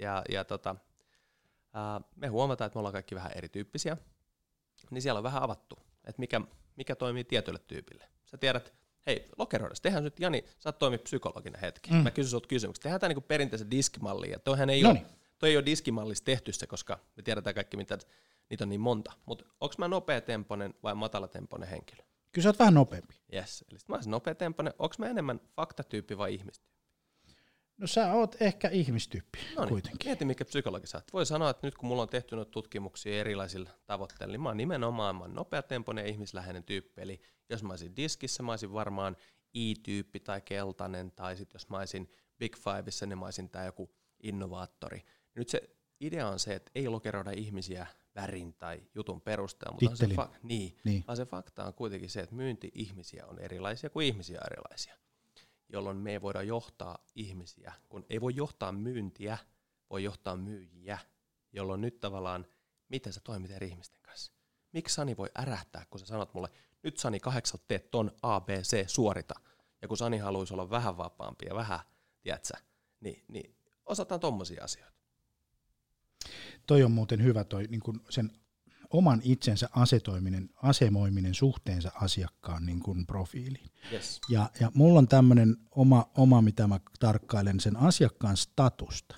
Me huomataan, että me ollaan kaikki vähän erityyppisiä, niin siellä on vähän avattu, että mikä toimii tietylle tyypille. Sä tiedät, hei, lokeroidassa, tehdään nyt, Jani, sä oot toimia psykologina hetki. Mä kysyn sulta kysymyksen. Tehdään tämä niinku perinteisen diskimalli, ja toi ei ole diskimallissa tehty se, koska me tiedetään kaikki, mitä niitä on niin monta. Mutta onko mä nopeatempoinen vai matalatempoinen henkilö? Kyllä sä oot vähän nopeampi. Yes, eli mä olisin nopeatempoinen. Onko mä enemmän faktatyyppi vai ihmistyyppi? No sä oot ehkä ihmistyyppi kuitenkin. Mieti, mikä psykologi sä oot. Voi sanoa, että nyt kun mulla on tehty noita tutkimuksia erilaisilla tavoitteilla, niin mä oon nimenomaan nopeatempoinen ja ihmisläheinen tyyppi. Eli jos mä olisin diskissä, mä olisin varmaan I-tyyppi tai keltainen, tai sitten jos mä olisin Big Fiveissa, niin mä olisin tää joku innovaattori. Nyt se idea on se, että ei lokeroida ihmisiä värin tai jutun perusteella, mutta vaan se fakta on kuitenkin se, että myynti-ihmisiä on erilaisia kuin ihmisiä on erilaisia, jolloin me ei voida johtaa ihmisiä, kun ei voi johtaa myyntiä, voi johtaa myyjiä, jolloin nyt tavallaan, miten sä toimit eri ihmisten kanssa. Miksi Sani voi ärähtää, kun sä sanot mulle, nyt Sani 8 teet ton ABC suorita, ja kun Sani haluaisi olla vähän vapaampi ja vähän, tiedätkö, niin osataan tommosia asioita. Toi on muuten hyvä niin kun sen oman itsensä asemoiminen suhteensa asiakkaan niin kun profiiliin. Yes. Ja mulla on tämmöinen oma, mitä mä tarkkailen, sen asiakkaan statusta,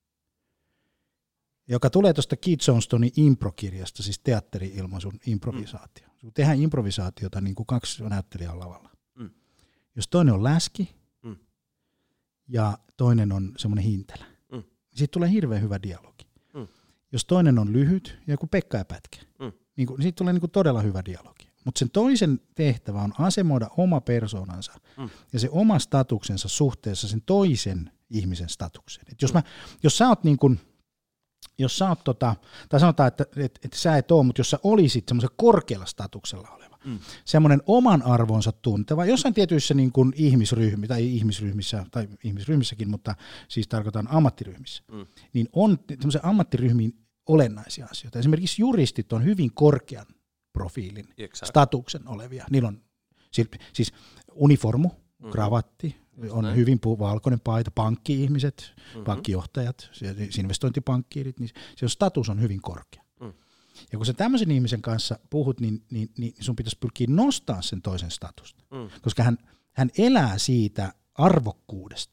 joka tulee tuosta Keith Johnstonin impro-kirjasta, siis teatteri-ilmaisun improvisaatio. Tehdään improvisaatiota niin kuin 2 näyttelijää lavalla. Jos toinen on läski ja toinen on semmoinen hintelä, siitä tulee hirveän hyvä dialogi. Jos toinen on lyhyt ja joku Pekka ja Pätkä, niin siitä tulee niin kuin todella hyvä dialogi. Mutta sen toisen tehtävä on asemoida oma persoonansa ja se oma statuksensa suhteessa sen toisen ihmisen statukseen. Et jos sä oot niin kuin jos sä oot, tai sanotaan, että sä et ole, mutta jos sä olisit semmoisen korkealla statuksella oleva, semmoinen oman arvonsa tunteva, jossain tietyissä niin kuin ihmisryhmissäkin, mutta siis tarkoitan ammattiryhmissä, niin on semmoisen ammattiryhmiin olennaisia asioita. Esimerkiksi juristit on hyvin korkean profiilin statuksen olevia. Niillä on siis uniformu, kravatti, on hyvin valkoinen paita, pankki-ihmiset, pankkijohtajat, investointipankkiirit, niin se status on hyvin korkea. Ja kun sä tämmöisen ihmisen kanssa puhut, niin sun pitäisi pyrkiä nostamaan sen toisen statusta, koska hän elää siitä arvokkuudesta,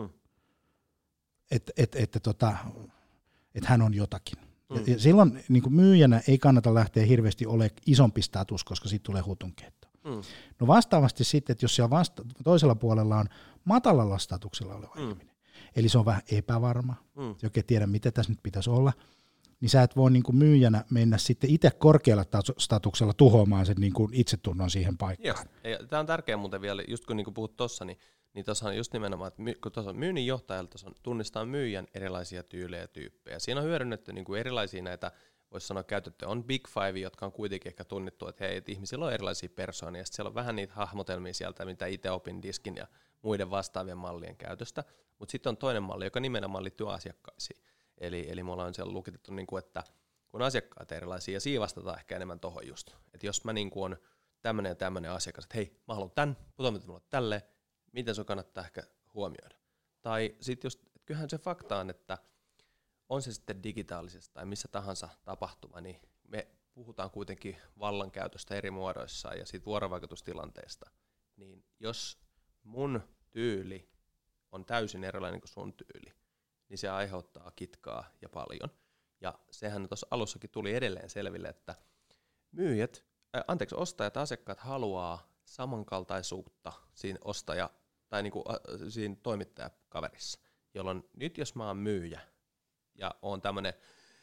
että hän on jotakin. Ja silloin niin kuin myyjänä ei kannata lähteä hirveästi olemaan isompi status, koska siitä tulee hutunkeitto. No vastaavasti sitten, että jos siellä toisella puolella on matalalla statuksella oleva ihminen, eli se on vähän epävarma, joka ei tiedä, mitä tässä nyt pitäisi olla, niin sä et voi niin kuin myyjänä mennä sitten itse korkealla statuksella tuhoamaan sen niin kuin itsetunnon siihen paikkaan. Tämä on tärkeää muuten vielä, just kun niin puhut tuossa, niin tuossa on just nimenomaan, että kun tuossa on myynnin johtajalta, tunnistaa myyjän erilaisia tyylejä ja tyyppejä. Siinä on hyödynnetty niin kuin erilaisia näitä, voisi sanoa käytetty, on Big Five, jotka on kuitenkin ehkä tunnittu, että hei, että ihmisillä on erilaisia persoonia, ja sitten siellä on vähän niitä hahmotelmia sieltä, mitä itse opin Diskin ja muiden vastaavien mallien käytöstä, mutta sitten on toinen malli, joka nimenomaan liittyy asiakkaisiin. Eli me ollaan siellä lukitettu, niin kuin, että kun asiakkaat erilaisia, ja siinä vastataan ehkä enemmän tohon just, että jos mä niin kuin on tämmöinen ja tämmöinen asiakas, että hei, mä haluan tämän, putoamme mulle tälleen, miten se kannattaa ehkä huomioida. Tai sitten just, että kyllähän se fakta on, että on se sitten digitaalisesta tai missä tahansa tapahtuma, niin me puhutaan kuitenkin vallankäytöstä eri muodoissa ja siitä vuorovaikutustilanteesta. Niin jos mun tyyli on täysin erilainen kuin sun tyyli, niin se aiheuttaa kitkaa ja paljon. Ja sehän tuossa alussakin tuli edelleen selville, että ostajat ja asiakkaat haluaa samankaltaisuutta siinä tai niinku, siinä toimittajakaverissa, jolloin nyt jos mä oon myyjä ja oon tämmönen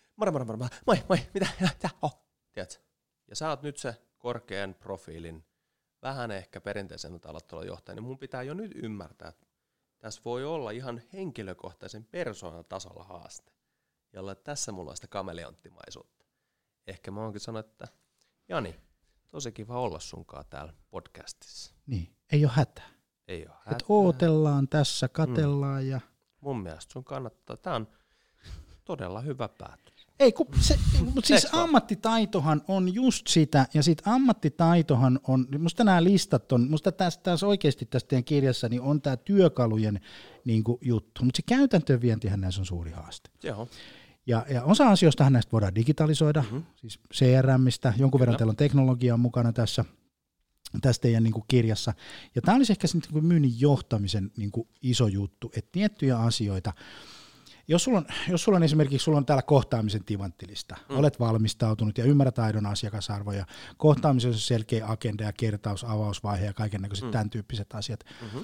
moi, mitä, tiedätkö? Ja sä oot nyt se korkean profiilin, vähän ehkä perinteisen aloittelun johtaja, niin mun pitää jo nyt ymmärtää, että tässä voi olla ihan henkilökohtaisen persoonan tasolla haaste, jolla tässä mulla on sitä kameleonttimaisuutta. Ehkä mä oonkin sanonut, että Jani, tosi kiva olla sunkaan täällä podcastissa. Niin, ei ole hätää. Ei ole hätää. Et ootellaan tässä, katellaan ja... Mun mielestä sun kannattaa. Tää on todella hyvä päätös. Ei, mutta siis ammattitaitohan on just sitä, ja sit ammattitaitohan on, musta nämä listat on, musta tässä oikeasti tässä teidän kirjassa niin on tää työkalujen niin kuin juttu, mutta se käytäntöön vientihän näissä on suuri haaste. Joo. Ja osa asioistahan näistä voidaan digitalisoida, siis CRMistä, jonkun verran teillä on teknologiaa mukana tässä teidän niin kuin kirjassa. Ja tämä olisi ehkä niin kuin myynnin johtamisen niin kuin iso juttu, että tiettyjä asioita, jos sulla on esimerkiksi sulla on täällä kohtaamisen timanttilista, olet valmistautunut ja ymmärrät aidon asiakasarvoja, kohtaamisessa on selkeä agenda ja kertaus, avausvaihe ja kaikennäköiset tämän tyyppiset asiat,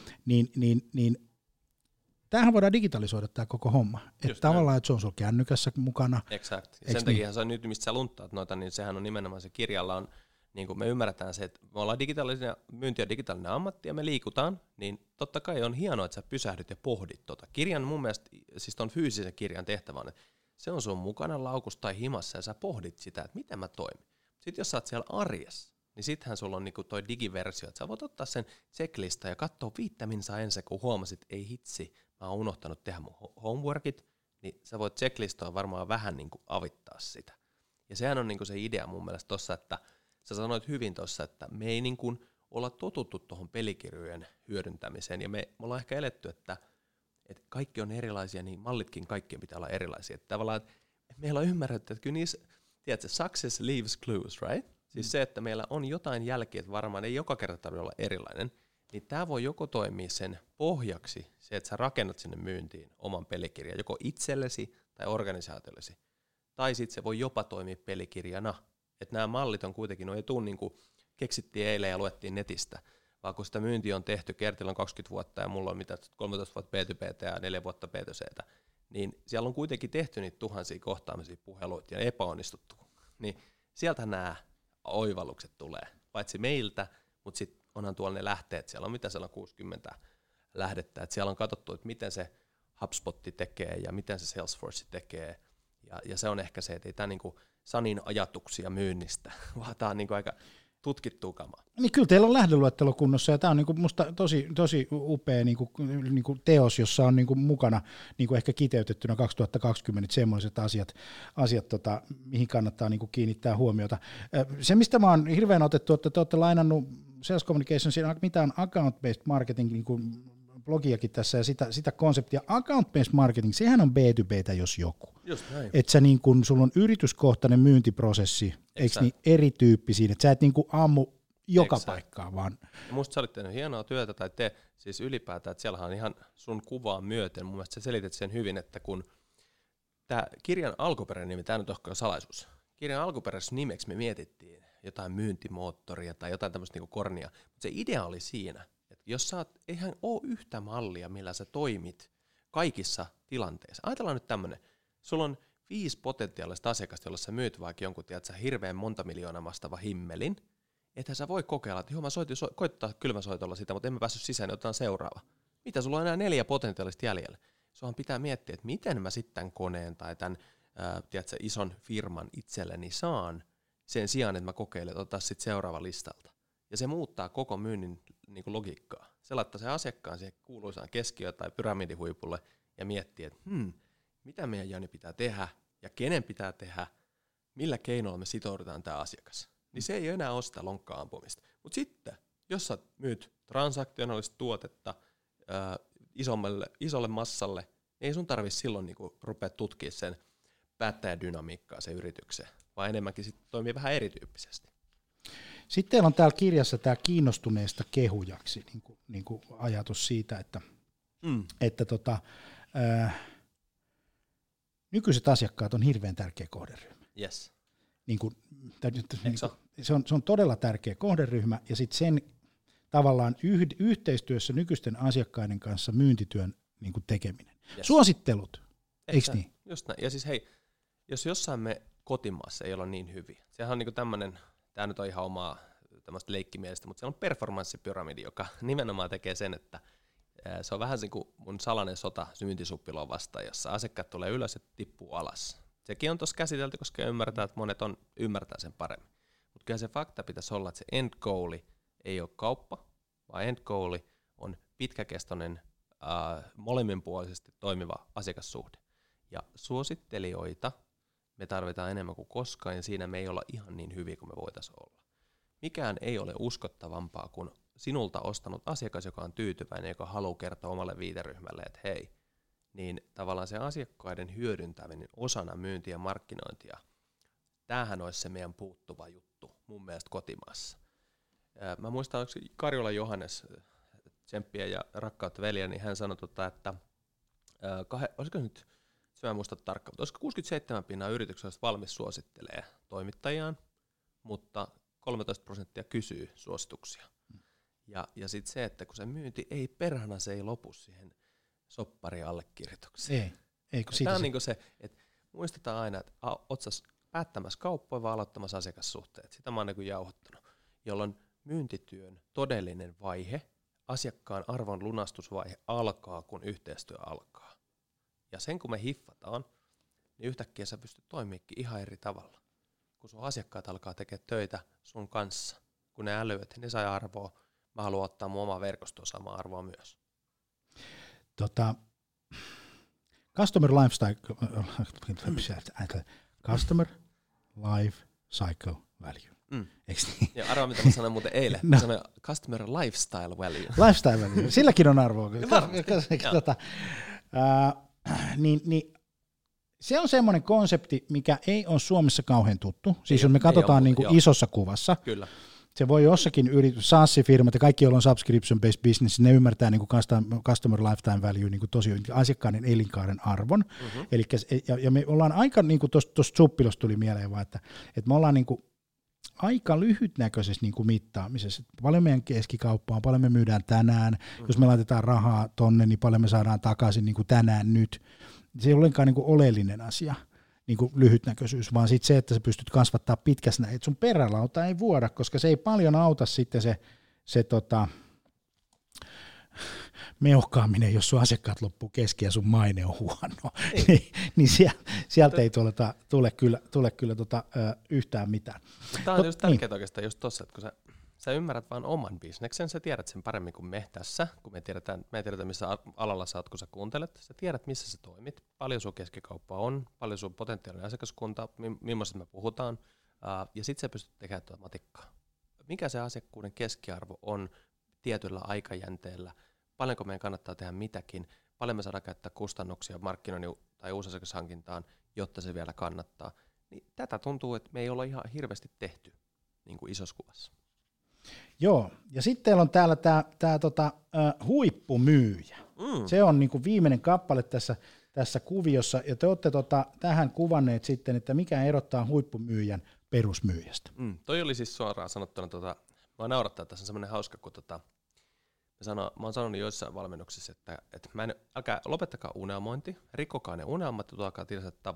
niin tämähän voidaan digitalisoida tämä koko homma. Että tavallaan, että se on sulla kännykässä mukana. Exakt. Sen takia se nyt, mistä sä luntaat noita, niin sehän on nimenomaan se kirjalla on, niin kuin me ymmärretään se, että me ollaan myynti on digitaalinen ammatti ja me liikutaan, niin totta kai on hienoa, että sä pysähdyt ja pohdit tota. Kirjan mun mielestä, siis ton fyysisen kirjan tehtävä on, että se on sun mukana laukussa tai himassa ja sä pohdit sitä, että miten mä toimin. Sitten jos sä oot siellä arjessa, niin sittenhän sulla on niinku toi digiversio, että sä voit ottaa sen checklista ja katsoa 5 minsaa ensin, kun huomasit, ei hitsi, mä oon unohtanut tehdä mun homeworkit, niin sä voit checklistoa varmaan vähän niinku avittaa sitä. Ja sehän on niinku se idea mun mielestä tossa, että sä sanoit hyvin tuossa, että me ei niin kuin olla totuttu tuohon pelikirjojen hyödyntämiseen, ja me ollaan ehkä eletty, että kaikki on erilaisia, niin mallitkin kaikkien pitää olla erilaisia. Että tavallaan, että meillä on ymmärretty, että kyllä niissä, tiedätkö, success leaves clues, right? Siis se, että meillä on jotain jälkiä, että varmaan ei joka kerta tarvitse olla erilainen, niin tämä voi joko toimia sen pohjaksi, se, että sä rakennat sinne myyntiin oman pelikirjan, joko itsellesi tai organisaatiollesi, tai sitten se voi jopa toimia pelikirjana. Että nämä mallit on kuitenkin, no ei tule niin kuin keksittiin eilen ja luettiin netistä, vaan kun sitä myyntiä on tehty, Kertillä on 20 vuotta ja mulla on 13 vuotta B2B:tä ja 4 vuotta B2C:tä, niin siellä on kuitenkin tehty niitä tuhansia kohtaamisia puheluita ja epäonnistuttu. Niin sieltä nämä oivallukset tulee, paitsi meiltä, mutta sitten onhan tuolla ne lähteet, siellä on 60 lähdettä, että siellä on katsottu, että miten se HubSpot tekee ja miten se Salesforce tekee, Ja se on ehkä se, että ei tämä niinku Sanin ajatuksia myynnistä, vaan tämä on niinku aika tutkittua kamaa. Niin kyllä teillä on lähdeluettelo kunnossa, ja tämä on niinku musta tosi upea niinku teos, jossa on niinku mukana niinku ehkä kiteytettynä 2020 semmoiset asiat mihin kannattaa niinku kiinnittää huomiota. Se, mistä mä oon hirveän otettu, että te olette lainannut Sales Communicationsin, mitä on account-based marketing, niinku blogiakin tässä, ja sitä konseptia. Account-based marketing, sehän on B2Btä jos joku. Just näin. Että sä niin kun, sulla on yrityskohtainen myyntiprosessi, eikö niin erityyppisiä, että sä et niin kuin ammu joka paikkaan vaan. Ja musta sä olit tehnyt hienoa työtä, tai te siis ylipäätään, että siellähän on ihan sun kuvaa myöten, mun mielestä sä selität sen hyvin, että kun tämä kirjan alkuperäinen nimi, tämä nyt on ehkä salaisuus, kirjan alkuperäisessä nimeksi me mietittiin jotain myyntimoottoria tai jotain tämmöistä niinku kornia, mutta se idea oli siinä, että jos sä oot, eihän ole yhtä mallia, millä sä toimit kaikissa tilanteissa. Ajatellaan nyt tämmöinen, sulla on 5 potentiaalista asiakasta, jolla sä myyt vaikka jonkun, tiedätkö, hirveän monta miljoonaa vastaava himmelin, että sä voi kokeilla, että mä koittaa kylmäsoitolla sitä, mutta emme päässyt sisään, niin otetaan seuraava. Mitä sulla on enää 4 potentiaalista jäljellä? Sunhan pitää miettiä, että miten mä sitten tämän koneen tai tämän tiedätkö, ison firman itselleni saan sen sijaan, että mä kokeilen, että otetaan sitten seuraava listalta. Ja se muuttaa koko myynnin niin kuin logiikkaa. Se laittaa sen asiakkaan siihen kuuluisaan keskiöön tai pyramidihuipulle ja miettii, että mitä meidän Jani pitää tehdä ja kenen pitää tehdä, millä keinoilla me sitoudutaan tämä asiakas. Niin se ei enää ole sitä lonkkaa ampumista. Mutta sitten, jos sä myyt transaktionaalista tuotetta isolle massalle, niin ei sun tarvitse silloin niinku rupea tutkimaan sen päättäjädynamiikkaa sen yritykseen, vaan enemmänkin sit toimii vähän erityyppisesti. Sitten teillä on täällä kirjassa tämä kiinnostuneesta kehujaksi niin kuin ajatus siitä, että nykyiset asiakkaat on hirveän tärkeä kohderyhmä. Yes. Se on todella tärkeä kohderyhmä, ja sitten sen tavallaan yhteistyössä nykyisten asiakkaiden kanssa myyntityön niin kuin tekeminen. Yes. Suosittelut, eikö niin? Just näin. Ja siis hei, jos jossain me kotimaassa ei olla niin hyviä, sehän on niinku tämmöinen, tämä nyt on ihan omaa tämmöistä leikkimielistä, mutta siellä on performanssipyramidi, joka nimenomaan tekee sen, että se on vähän niin kuin mun salainen sota myyntisuppiloon vastaan, jossa asiakkaat tulee ylös ja tippuu alas. Sekin on tuossa käsitelty, koska ymmärretään, että monet ymmärtää sen paremmin. Mutta kyllä se fakta pitäisi olla, että se end goali ei ole kauppa, vaan end goali on pitkäkestoinen, molemminpuolisesti toimiva asiakassuhde. Ja suosittelijoita me tarvitaan enemmän kuin koskaan, ja siinä me ei olla ihan niin hyviä kuin me voitaisiin olla. Mikään ei ole uskottavampaa kuin sinulta ostanut asiakas, joka on tyytyväinen, joka haluaa kertoa omalle viiteryhmälle, että hei, niin tavallaan se asiakkaiden hyödyntäminen osana myyntiä ja markkinointia, tämähän olisi se meidän puuttuva juttu mun mielestä kotimaassa. Mä muistan, onko Karjola Johannes, tsemppiä ja rakkautta veliä, niin hän sanoi, että olisiko nyt, mä en muista tarkkaan, mutta olisiko 67% yrityksistä valmis suosittelee toimittajiaan, mutta 13% kysyy suosituksia. Ja sitten se, että kun se myynti ei perhana, se ei lopu siihen soppariallekirjoitukseen. Ei tämä on niinku se, että muistetaan aina, että oot sä päättämässä kauppoja vai aloittamassa asiakassuhteet. Sitä mä oon niinku jauhottanut, jolloin myyntityön todellinen vaihe, asiakkaan arvon lunastusvaihe alkaa, kun yhteistyö alkaa. Ja sen kun me hiffataan, niin yhtäkkiä sä pystyt toimiikin ihan eri tavalla. Kun sun asiakkaat alkaa tekemään töitä sun kanssa, kun ne älyy, että ne sai arvoa, mä haluan ottaa mun omaa verkostoa samaa arvoa myös. Customer life cycle value. Eikö niin? Ja arvoa, mitä mä sanoin muuten eilen. Mä sanoin customer lifestyle value. Lifestyle value. Silläkin on arvoa. Niin, se on semmoinen konsepti, mikä ei ole Suomessa kauhean tuttu. Siis jos me katsotaan niin kuin isossa kuvassa. Kyllä. Se voi jossakin SaaS-firmat ja kaikki, joilla on subscription-based business, ne ymmärtää niin kuin customer lifetime value niin kuin tosi asiakkaiden elinkaaren arvon. Elikkä, ja me ollaan aika, niin kuin tuosta suppilosta tuli mieleen vaan, että me ollaan niin kuin aika lyhytnäköisessä niin kuin mittaamisessa. Paljon meidän keskikauppa on, paljon me myydään tänään. Jos me laitetaan rahaa tonne, niin paljon me saadaan takaisin niin kuin tänään nyt. Se ei ole ollenkaan niin kuin oleellinen asia. Niin kuin lyhytnäköisyys, vaan sitten se, että sä pystyt kasvattaa pitkässä, että sun perälauta ei vuoda, koska se ei paljon auta sitten meuhkaaminen, jos sun asiakkaat loppuu kesken ja sun maine on huono, niin sieltä ei tule kyllä yhtään mitään. Tämä on just tärkeää oikeastaan just tossa, että kun sä ymmärrät vaan oman bisneksen, sä tiedät sen paremmin kuin me tässä, kun me ei tiedetä missä alalla sä oot, kun sä kuuntelet, sä tiedät missä sä toimit, paljon sun keskikauppa on, paljon sun potentiaalinen asiakaskunta, millaisesta me puhutaan, ja sit sä pystyt tekemään tuota matikkaa. Mikä se asiakkuuden keskiarvo on tietyllä aikajänteellä, paljonko meidän kannattaa tehdä mitäkin, paljon me saadaan käyttää kustannuksia markkinoinnin tai uusasiakashankintaan, jotta se vielä kannattaa, niin tätä tuntuu, että me ei olla ihan hirveästi tehty niin kuin isossa kuvassa. Joo, ja sitten teillä on täällä tämä huippumyyjä. Se on niinku viimeinen kappale tässä kuviossa, ja te olette tähän kuvanneet sitten, että mikä erottaa huippumyyjän perusmyyjästä. Toi oli siis suoraan sanottuna, mä naurattaa, tässä on semmoinen hauska, kun mä oon sanonut joissain valmennuksissa, että älkää lopettakaa unelmointi, rikkokaa ne unelmat ja tuokaa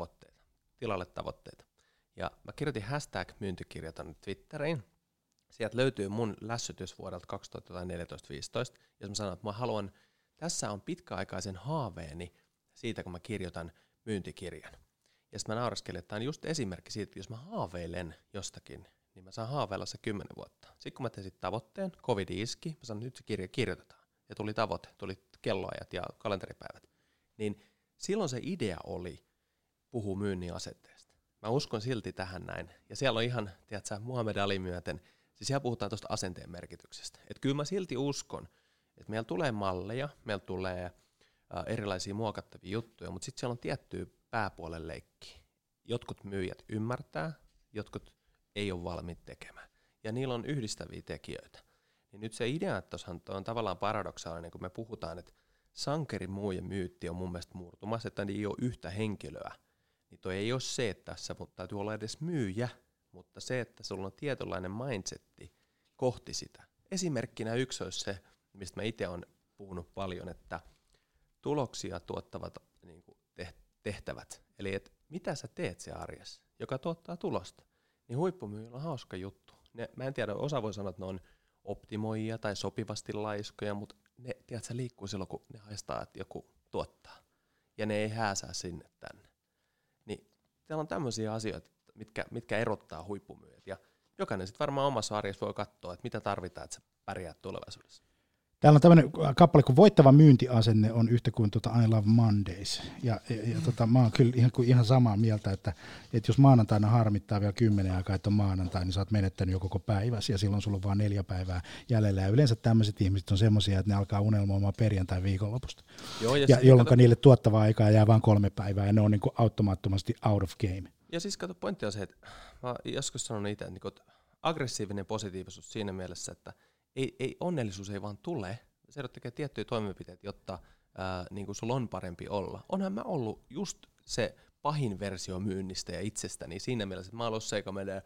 tilalle tavoitteita. Ja mä kirjoitin #myyntikirja tonne Twitteriin. Sieltä löytyy mun lässytys vuodelta 2014-2015, jos mä sanon, että tässä on pitkäaikaisen haaveeni siitä, kun mä kirjoitan myyntikirjan. Ja sitten mä nauraskelin, että tämä on just esimerkki siitä, että jos mä haaveilen jostakin, niin mä saan haaveilla se 10 vuotta. Sitten kun mä tein tavoitteen, covid iski, mä sanoin, että nyt se kirja kirjoitetaan. Ja tuli tavoite, tuli kelloajat ja kalenteripäivät. Niin silloin se idea oli puhua myynnin asenteesta. Mä uskon silti tähän näin. Ja siellä on ihan, tiedätkö, Muhammed Ali myöten, siis siellä puhutaan tuosta asenteen merkityksestä. Että kyllä mä silti uskon, että meillä tulee malleja, meillä tulee erilaisia muokattavia juttuja, mutta sitten siellä on tiettyä pääpuolen leikkiä. Jotkut myyjät ymmärtää, jotkut ei ole valmiit tekemään. Ja niillä on yhdistäviä tekijöitä. Niin nyt se idea, että tuossahan on tavallaan paradoksaalinen, kun me puhutaan, että sankerimyyjän myytti on mun mielestä murtumassa, että ei ole yhtä henkilöä. Niin toi ei ole se, että tässä täytyy olla edes myyjä, mutta se, että sulla on tietynlainen mindsetti kohti sitä. Esimerkkinä yksi olisi se, mistä mä itse olen puhunut paljon, että tuloksia tuottavat niin kuin tehtävät. Eli että mitä sä teet se arjessa, joka tuottaa tulosta. Niin huippumyyjillä on hauska juttu. Mä en tiedä, osa voi sanoa, että ne on optimoijia tai sopivasti laiskoja, mutta ne tiedätkö, liikkuu silloin, kun ne haistaa, että joku tuottaa. Ja ne ei hääsää sinne tänne. Niin täällä on tämmöisiä asioita, mitkä erottaa huippumyyjät. Ja jokainen sitten varmaan omassa arjessa voi katsoa, että mitä tarvitaan, että sä pärjäät tulevaisuudessa. Täällä on tämmöinen kappale, kun voittava myyntiasenne on yhtä kuin I Love Mondays. Ja mä oon kyllä ihan samaa mieltä, että jos maanantaina harmittaa vielä 10 aikaa, että on maanantai, niin sä oot menettänyt jo koko päiväsi ja silloin sulla on vaan 4 päivää jäljellä. Ja yleensä tämmöiset ihmiset on semmoisia, että ne alkaa unelmoimaan perjantai viikonlopusta. Jolloin niille tuottavaa aikaa jää vain 3 päivää ja ne on niin kuin automaattomasti out of game. Ja siis kato, pointti on se, että mä joskus sanon itse, että aggressiivinen positiivisuus siinä mielessä, että onnellisuus ei vaan tule. Se tekee tiettyjä toimenpiteitä, jotta niin kuin sulla on parempi olla. Onhan mä ollut just se pahin versio myynnistä ja itsestäni siinä mielessä, että mä oon ollut se, joka menee,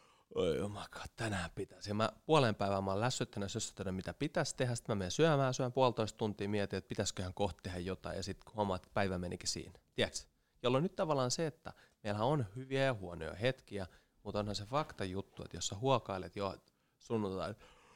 oi tänään pitäisi. Ja mä puolen päivää mä oon lässyttänyt mitä pitäisi tehdä. Sitten mä menen syön 1,5 tuntia, mietin, että pitäisiköhän kohta tehdä jotain. Ja sitten huomaat, päivä menikin siinä. Tiedätkö? Jolloin nyt tavallaan se, että meillä on hyviä ja huonoja hetkiä, mutta onhan se fakta juttu, että jos sä huokailet jo sunnuntai,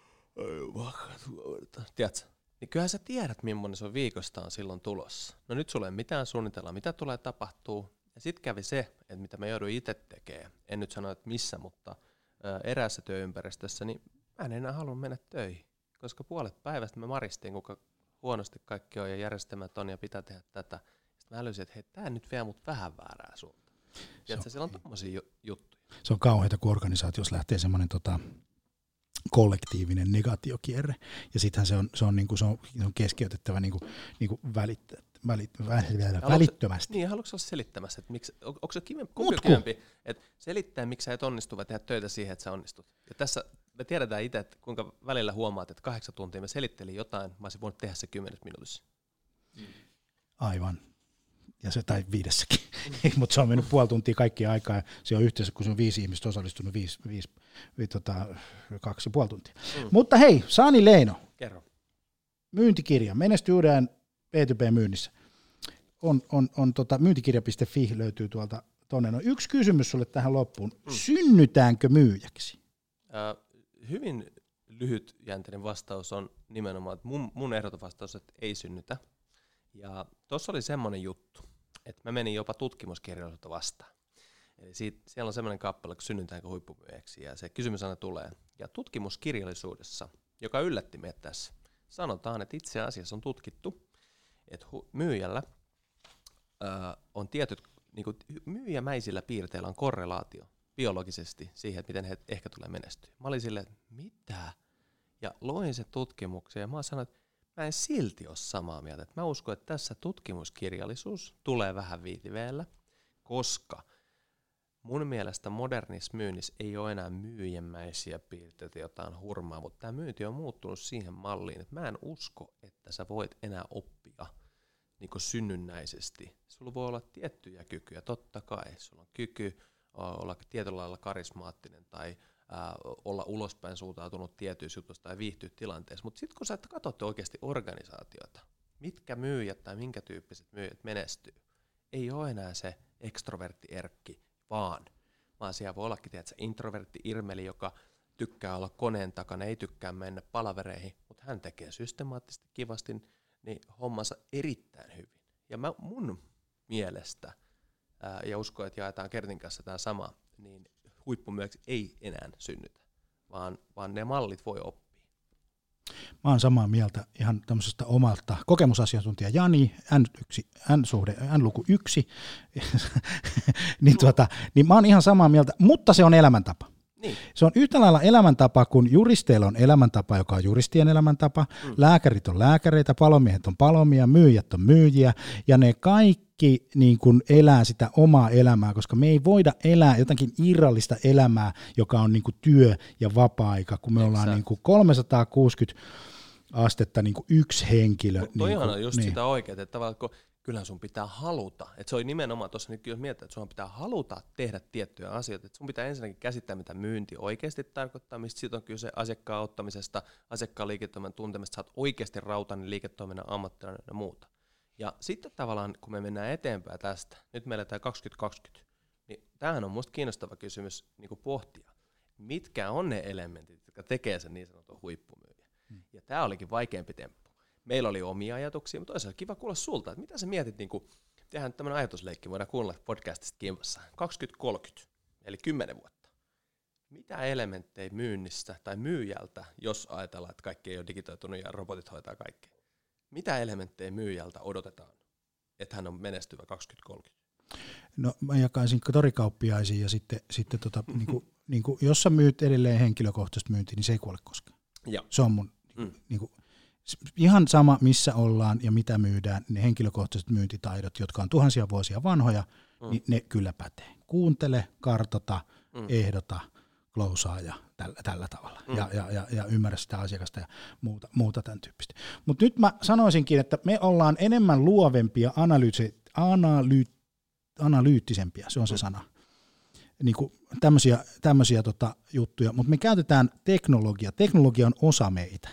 tiedätkö? Niin kyllähän sä tiedät, millainen se on viikosta on silloin tulossa. No nyt sulla ei mitään suunnitella, mitä tulee tapahtuu. Ja sitten kävi se, että mitä mä jouduin itse tekemään. En nyt sano, että missä, mutta eräässä työympäristössä, niin mä en enää halua mennä töihin. Koska puolet päivästä me maristiin, kuinka huonosti kaikki on ja järjestelmät on ja pitää tehdä tätä. Sitten mä älysin, että hei, tää nyt vie mut vähän väärää suuntaan. Tiedätkö, siellä on tommosia juttuja. Se on kauheita, kun organisaatiossa lähtee semmoinen kollektiivinen negatiokierre, ja sittenhän se on keskeytettävä välittömästi. Niin, haluatko olla selittämässä, että miksi, onko se kivempi, että selittää, miksi sä et onnistu, vai tehdä töitä siihen, että sä onnistut. Ja tässä me tiedetään itse, että kuinka välillä huomaat, että 8 tuntia me selittelin jotain, mä olisin voinut tehdä se 10 minuutissa. Aivan. Ja se tai 5:kin, mutta se on mennyt puoli tuntia kaikkia aikaa, ja se on yhteensä, kun se on 5 ihmistä osallistunut, 2,5 tuntia. Mutta hei, Sani Leino, kerro. Myyntikirja, menesty uuden B2B-myynnissä. Myyntikirja.fi löytyy tuolta tonne. No, yksi kysymys sulle tähän loppuun. Synnytäänkö myyjäksi? Hyvin lyhytjänteinen vastaus on nimenomaan, että mun ehdoton vastaus, että ei synnytä. Ja tuossa oli semmoinen juttu, että mä menin jopa tutkimuskirjallisuutta vastaan. Eli siellä on semmoinen kappale, kun synnytäänkö huippumyyjäksi, ja se kysymys aina tulee. Ja tutkimuskirjallisuudessa, joka yllätti meitä tässä, sanotaan, että itse asiassa on tutkittu, että myyjällä on tietyt, niin kuin myyjämäisillä piirteillä on korrelaatio biologisesti siihen, että miten he ehkä tulee menestyä. Mä olin silleen, että mitä? Ja loin sen tutkimuksen, ja mä sanoin, että mä en silti ole samaa mieltä. Että mä uskon, että tässä tutkimuskirjallisuus tulee vähän viiveellä, koska mun mielestä modernissa myynnissä ei ole enää myyjämäisiä piirteitä jotain hurmaa, mutta tämä myynti on muuttunut siihen malliin, että mä en usko, että sä voit enää oppia niin kuin synnynnäisesti. Sulla voi olla tiettyjä kykyjä, totta kai. Sulla on kyky olla tietyllä lailla karismaattinen tai olla ulospäin suuntautunut tietyissä jutuissa tai viihtyä tilanteessa. Mutta sitten kun sä katsot oikeasti organisaatiota, mitkä myyjät tai minkä tyyppiset myyjät menestyy, ei ole enää se ekstrovertti Erkki, vaan siellä voi ollakin introvertti Irmeli, joka tykkää olla koneen takana, ei tykkää mennä palavereihin, mutta hän tekee systemaattisesti kivasti niin hommansa erittäin hyvin. Ja mun mielestä, ja uskon, että jaetaan Kertin kanssa tämä sama, niin huippumyyjäksi ei enää synnytä, vaan ne mallit voi oppia. Mä oon samaa mieltä ihan tämmöisestä omalta kokemusasiantuntija Jani, N-luku 1, niin mä oon ihan samaa mieltä, mutta se on elämäntapa. Niin. Se on yhtä lailla elämäntapa, kun juristeilla on elämäntapa, joka on juristien elämäntapa, lääkärit on lääkäreitä, palomiehet on palomia, myyjät on myyjiä, ja ne kaikki niin kun elää sitä omaa elämää, koska me ei voida elää jotakin irrallista elämää, joka on niin kun työ ja vapaa-aika, kun me ollaan niin kun 360 astetta niin kun yksi henkilö. Toihan on just sitä oikein, että tavallaan kyllähän sun pitää haluta, että se oli nimenomaan tuossa nyt jos miettii, että sun pitää haluta tehdä tiettyjä asioita, että sun pitää ensinnäkin käsittää, mitä myynti oikeasti tarkoittaa, mistä siitä on kyse asiakkaan ottamisesta, asiakkaan liiketoiminnan tuntemista, sä oot oikeasti rautainen liiketoiminnan ammattilainen ja muuta. Ja sitten tavallaan, kun me mennään eteenpäin tästä, nyt me eletään 2020, niin tämähän on musta kiinnostava kysymys niin kuin pohtia, mitkä on ne elementit, jotka tekee sen niin sanotun huippumyyjän. Ja tämä olikin vaikeampi temppu. Meillä oli omia ajatuksia, mutta toisaalta kiva kuulla sulta, että mitä sä mietit, niin kun tehdään tämmöinen ajatusleikki, voidaan kuunnella podcastista kimpassa, 2030, eli 10 vuotta. Mitä elementtejä myynnissä tai myyjältä, jos ajatellaan, että kaikki ei ole digitoitunut ja robotit hoitaa kaikkea, mitä elementtejä myyjältä odotetaan, että hän on menestyvä 2030? No mä jakaisin torikauppiaisiin ja sitten niin kuin, jos sä myyt edelleen henkilökohtaisesti myyntiä, niin se ei kuole koskaan. Joo. Se on mun niin kuin, ihan sama, missä ollaan ja mitä myydään, ne henkilökohtaiset myyntitaidot, jotka on tuhansia vuosia vanhoja, niin ne kyllä pätee. Kuuntele, kartota, ehdota, closaa ja tällä tavalla. Ja ymmärrä sitä asiakasta ja muuta tämän tyyppistä. Mutta nyt mä sanoisinkin, että me ollaan enemmän luovempia, analyyttisempia, se on se sana. Niin kuin tämmöisiä juttuja, mutta me käytetään teknologiaa. Teknologia on osa meitä.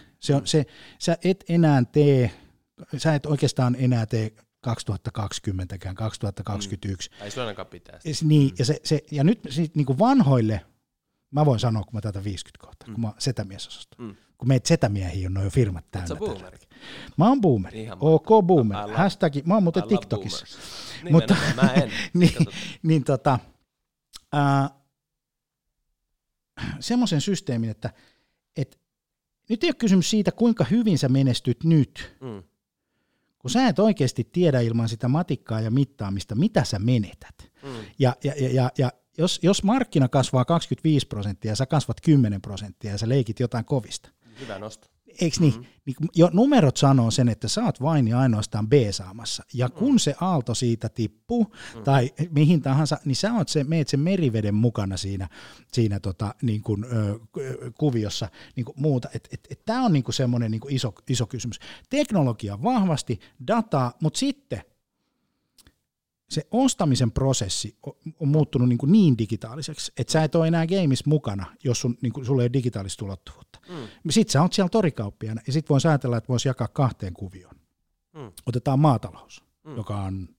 Sä et oikeastaan enää tee 2020kään, 2021. Ei se ainakaan pitää. Niin, ja nyt niin kuin vanhoille, mä voin sanoa, kun mä tätä 50 kohta, kun mä oon setämiesosasto. Kun meitä setämiehiä on jo firmat täynnä. Sä boomeri? Mä oon boomeri. OK boomer. Hashtag, mä oon muuten TikTokissa. Mutta mä en. Semmoisen systeemin, että nyt ei ole kysymys siitä, kuinka hyvin sä menestyt nyt, kun sä et oikeasti tiedä ilman sitä matikkaa ja mittaamista, mitä sä menetät. Ja jos markkina kasvaa 25% ja sä kasvat 10% ja sä leikit jotain kovista. Hyvä nosto. Eikö niin? Jo numerot sanoo sen, että sä oot vain ja ainoastaan B-saamassa. Ja kun se aalto siitä tippuu, tai mihin tahansa, niin sä oot meet sen meriveden mukana siinä niin kuin, kuviossa niin kuin muuta. Tämä on niin kuin semmoinen niin kuin iso kysymys. Teknologia vahvasti, dataa, mutta sitten se ostamisen prosessi on muuttunut niin digitaaliseksi, että sä et ole enää gameissa mukana, jos sulla ei ole digitaalista ulottuvuutta. Sitten sä oot siellä torikauppiaana, ja sitten voisi ajatella, että voisi jakaa 2 kuvioon. Otetaan maatalous, joka on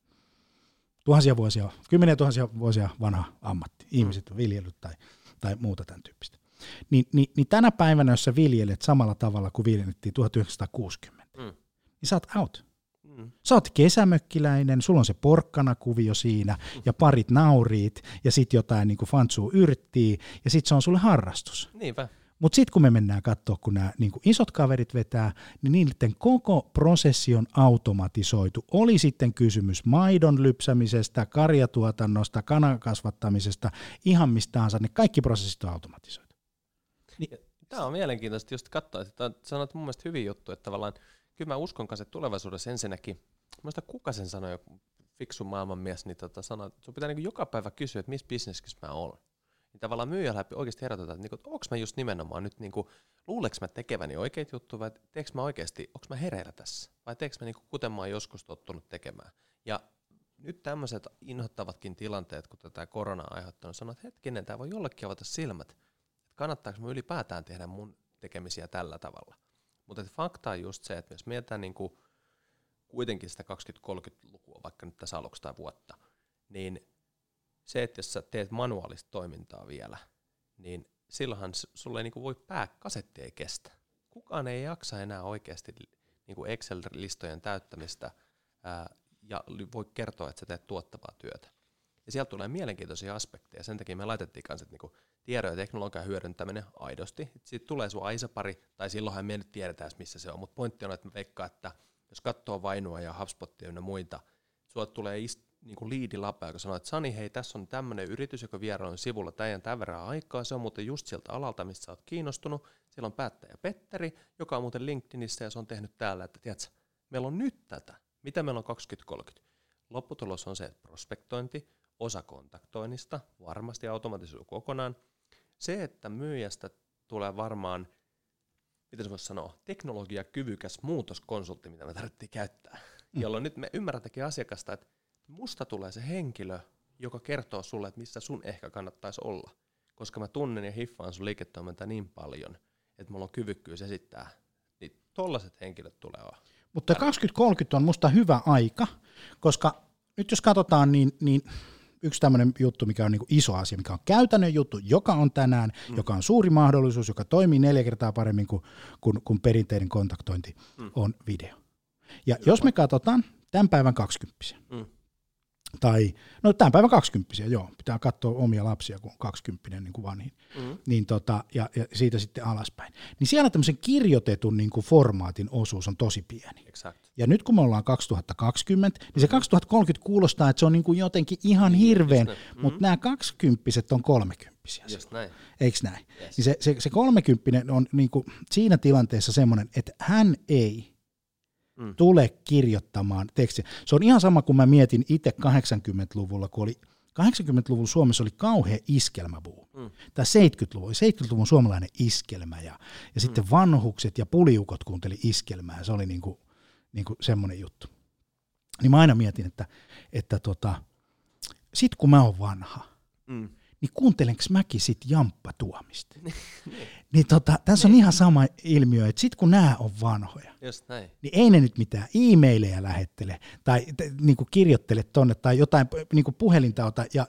kymmeniä tuhansia vuosia vanha ammatti. Ihmiset on viljellyt tai muuta tämän tyyppistä. Niin tänä päivänä, jos sä viljelet samalla tavalla kuin viljeltiin 1960, niin sä oot out. Sä oot kesämökkiläinen, sulla on se porkkanakuvio siinä ja parit nauriit ja sit jotain niin kuin fantsuu yrttiä ja sit se on sulle harrastus. Niinpä. Mutta sitten kun me mennään katsoa, kun nämä niin isot kaverit vetää, niin niiden koko prosessi on automatisoitu. Oli sitten kysymys maidon lypsämisestä, karjatuotannosta, kanan kasvattamisesta, ihan mistä tahansa, ne kaikki prosessit on automatisoitu. Tämä on mielenkiintoista just katsoa, että sanot mun mielestä hyvin juttu, että tavallaan kyllä mä uskon kanssa, että tulevaisuudessa ensinnäkin, muista kuka sen sanoi, joku fiksu maailmanmies, niin sanoi, että sun pitää niin joka päivä kysyä, että missä bisneskissä mä oon. Niin tavallaan myyjä läpi oikeasti herätetään, että onko mä just nimenomaan nyt, luuleeko mä tekeväni oikeita juttuja vai teekö mä oikeasti, onko mä hereillä tässä vai teekö mä kuten mä oon joskus tottunut tekemään. Ja nyt tämmöiset inhottavatkin tilanteet, kun tätä koronaa on aiheuttanut, sanoo, että hetkinen, tämä voi jollekin avata silmät, että kannattaako mä ylipäätään tehdä mun tekemisiä tällä tavalla. Mutta fakta on just se, että jos mietitään kuitenkin sitä 20-30-lukua, vaikka nyt tässä aluksi tai vuotta, niin se, että jos sä teet manuaalista toimintaa vielä, niin silloinhan sulle ei voi kasetti ei kestä. Kukaan ei jaksa enää oikeasti Excel-listojen täyttämistä ja voi kertoa, että sä teet tuottavaa työtä. Ja sieltä tulee mielenkiintoisia aspekteja. Sen takia me laitettiin kanssa, että tiedon ja teknologian hyödyntäminen aidosti. Siitä tulee sun aisapari, tai silloinhan me nyt tiedetään, missä se on. Mutta pointti on, että me veikkaa, että jos katsoo Vainua ja HubSpotia ja muita, suolta tulee liidilapaa, joka sanoo, että Sani, hei, tässä on tämmöinen yritys, joka vierailun sivulla tämän verran aikaa. Se on muuten just sieltä alalta, mistä sä oot kiinnostunut. Siellä on päättäjä Petteri, joka on muuten LinkedInissä ja se on tehnyt täällä, että tiedätkö, meillä on nyt tätä. Mitä meillä on 2030? Lopputulos on se, että prospektointi, osa kontaktoinnista, varmasti automatisoitu kokonaan. Se, että myyjästä tulee varmaan, miten se voisi sanoa, teknologiakyvykäs muutoskonsultti, mitä me tarvittiin käyttää. Jolloin nyt me ymmärrätäkin asiakasta, että musta tulee se henkilö, joka kertoo sulle, että missä sun ehkä kannattaisi olla. Koska mä tunnen ja hiffaan sun liiketoimintaa niin paljon, että mulla on kyvykkyys esittää. Niin tollaiset henkilöt tulee olla. Mutta 2030 on musta hyvä aika, koska nyt jos katsotaan, niin yksi tämmöinen juttu, mikä on iso asia, mikä on käytännön juttu, joka on tänään, joka on suuri mahdollisuus, joka toimii 4 kertaa paremmin kuin perinteinen kontaktointi, on video. Ja jos me katsotaan tämän päivän 20, tai tämän päivän 20, joo, pitää katsoa omia lapsia, kun on 20 niin kuin vanhin, niin ja siitä sitten alaspäin. Niin siellä tämmöisen kirjoitetun formaatin osuus on tosi pieni. Exact. Ja nyt kun me ollaan 2020, niin se 2030 kuulostaa, että se on jotenkin ihan hirveän, mutta nämä 20 on 30. Just näin. Eikö näin? Yes. Niin se 30 on siinä tilanteessa semmoinen, että hän ei tule kirjoittamaan tekstiä. Se on ihan sama kuin mä mietin itse 80-luvulla, kun 80-luvulla Suomessa oli kauhea iskelmäbuumi. Tai 70-luvun suomalainen iskelmä ja sitten vanhukset ja puliukot kuunteli iskelmää. Se oli niinku semmoinen juttu. Niin mä aina mietin, että sit kun mä oon vanha, niin kuuntelenko mäkin sit Jamppa Tuomista? Niin tässä on ihan sama ilmiö, että sit kun nämä on vanhoja, niin ei ne nyt mitään e-maileja lähettele tai kirjoittele tonne tai jotain puhelinta ota ja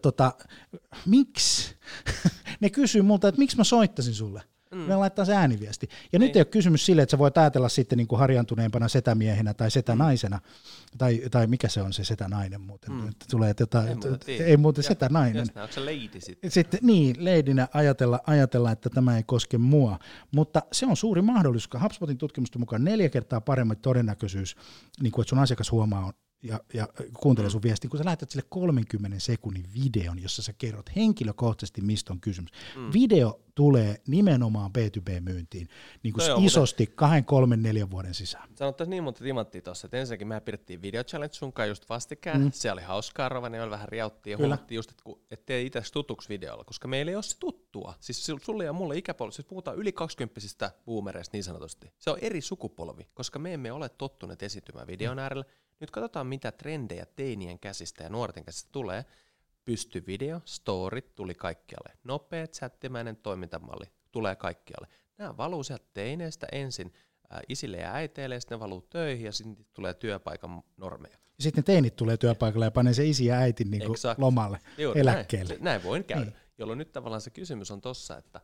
miksi? Ne kysyy multa, että miksi mä soittasin sulle? Ne laittaa se ääniviesti. Ja nyt ei ole kysymys sille, että sä voit ajatella sitten harjaantuneempana setämiehenä tai setänaisena, tai mikä se on se setänainen muuten. Tulee ei muuten setänainen. Onko se lady sitten? Sitten leidinä ajatella, että tämä ei koske mua. Mutta se on suuri mahdollisuus, koska HubSpotin tutkimusten mukaan 4 kertaa paremmin todennäköisyys, että sun asiakas huomaa ja kuuntelee sun viestin, kun sä lähetät sille 30 sekunnin videon, jossa sä kerrot henkilökohtaisesti, mistä on kysymys. Video tulee nimenomaan B2B-myyntiin isosti 2, 3, 4 vuoden sisään. Sanottaisiin niin monta timanttia tuossa, että ensinnäkin me pidettiin video challenge sunkaan just vastikään. Se oli hauskaa, Rovani oli vähän riauttia ja huomattiin just, että tee itse tutuksi videolla, koska meillä ei ole se tuttua. Siis sulle ja mulle ikäpolvi, siis puhutaan yli 20-sistä boomereista niin sanotusti. Se on eri sukupolvi, koska me emme ole tottuneet esiintymään videon äärellä. Nyt katsotaan, mitä trendejä teinien käsistä ja nuorten käsistä tulee. Pystyvideo, storit tuli kaikkialle. Nopea, chattimäinen toimintamalli tulee kaikkialle. Nämä valuu sieltä teineistä ensin isille ja äiteille, ja sitten ne valuu töihin, ja sitten tulee työpaikan normeja. Ja sitten teinit tulee työpaikalle ja panee se isi ja äitin lomalle, eläkkeelle. Näin voin käydä. Jolloin nyt tavallaan se kysymys on tossa, että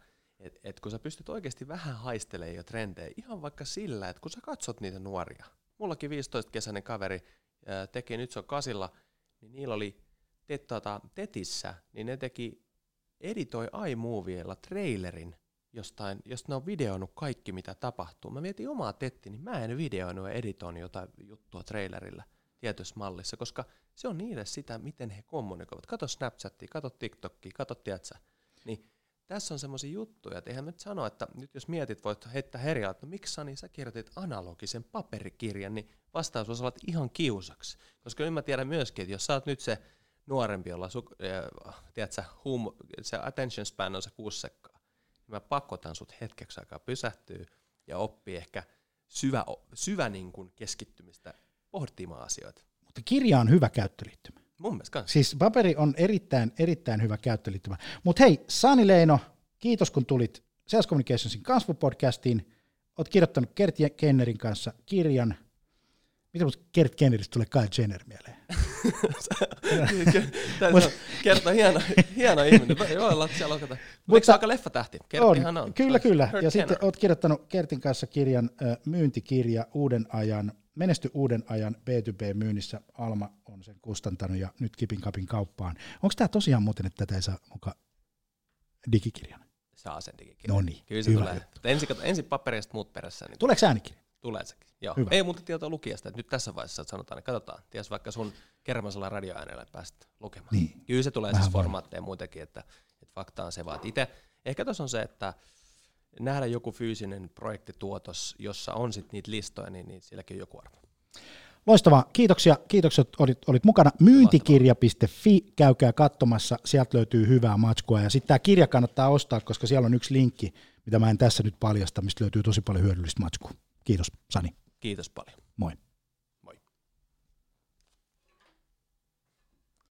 Et kun sä pystyt oikeasti vähän haistelemaan jo trendejä, ihan vaikka sillä, että kun sä katsot niitä nuoria. Mullakin 15-kesäinen kaveri teki, nyt se on 8, niin niillä oli Tetissä, niin ne editoi iMoviella trailerin jostain, jos ne on videoinut kaikki mitä tapahtuu. Mä mietin omaa Tetti, niin mä en videoinut ja editoinut jotain juttua trailerilla tietyssä mallissa, koska se on niille sitä, miten he kommunikoivat. Kato Snapchatia, kato TikTokia, kato tiedätkö. Niin tässä on semmoisia juttuja, että eihän mä nyt sano, että nyt jos mietit, voit heittää herjaa, että no miksi Sani, sä kirjoitit analogisen paperikirjan, niin vastaus voisi olla ihan kiusaksi. Koska nyt mä tiedän myöskin, että jos sä oot nyt se nuorempi, jolla tiedätkö, se attention span on se 6 sekkaa, niin mä pakotan sut hetkeksi aikaa pysähtyä ja oppii ehkä syvä niin kuin keskittymistä pohtimaan asioita. Mutta kirja on hyvä käyttöliittymä. Mun mielestä kanssa. Siis paperi on erittäin hyvä käyttöliittymä. Mutta hei, Sani Leino, kiitos kun tulit Sales Communicationsin kasvupodcastiin. Oot kirjoittanut Gert Kennerin kanssa kirjan. Mitä musta Gert Kenneristä tulee Kyle Jenner mieleen? Kertoo hieno ihminen. Joo, ollaan siellä kato. Mutta aika leffatähti. Gerttihan on. Kyllä. Ja sitten oot kirjoittanut Gertin kanssa kirjan myyntikirja Menesty uuden ajan B2B-myynnissä. Alma on sen kustantanut ja nyt Kipin Kapin kauppaan. Onko tämä tosiaan muuten, että tätä ei saa mukaan digikirjana? Saa sen digikirjan. No niin, kyllä se tulee. Ensin paperista muut perässä. Niin tuleeko äänikirja? Tulee sekin. Joo. Hyvä. Ei muuta tietoa lukijasta, että nyt tässä vaiheessa sanotaan, että katsotaan. Ties vaikka sun kermasella radioäänellä päästä lukemaan. Niin. Kyllä se tulee siis formaatteja muutenkin, että fakta on se vaan. Itse ehkä tuossa on se, että nähdä joku fyysinen projektituotos, jossa on sitten niitä listoja, niin silläkin on joku arvo. Loistavaa. Kiitoksia, olit mukana. Myyntikirja.fi, käykää katsomassa, sieltä löytyy hyvää matskua. Ja sitten tämä kirja kannattaa ostaa, koska siellä on yksi linkki, mitä mä en tässä nyt paljasta, mistä löytyy tosi paljon hyödyllistä matskua. Kiitos, Sani. Kiitos paljon. Moi.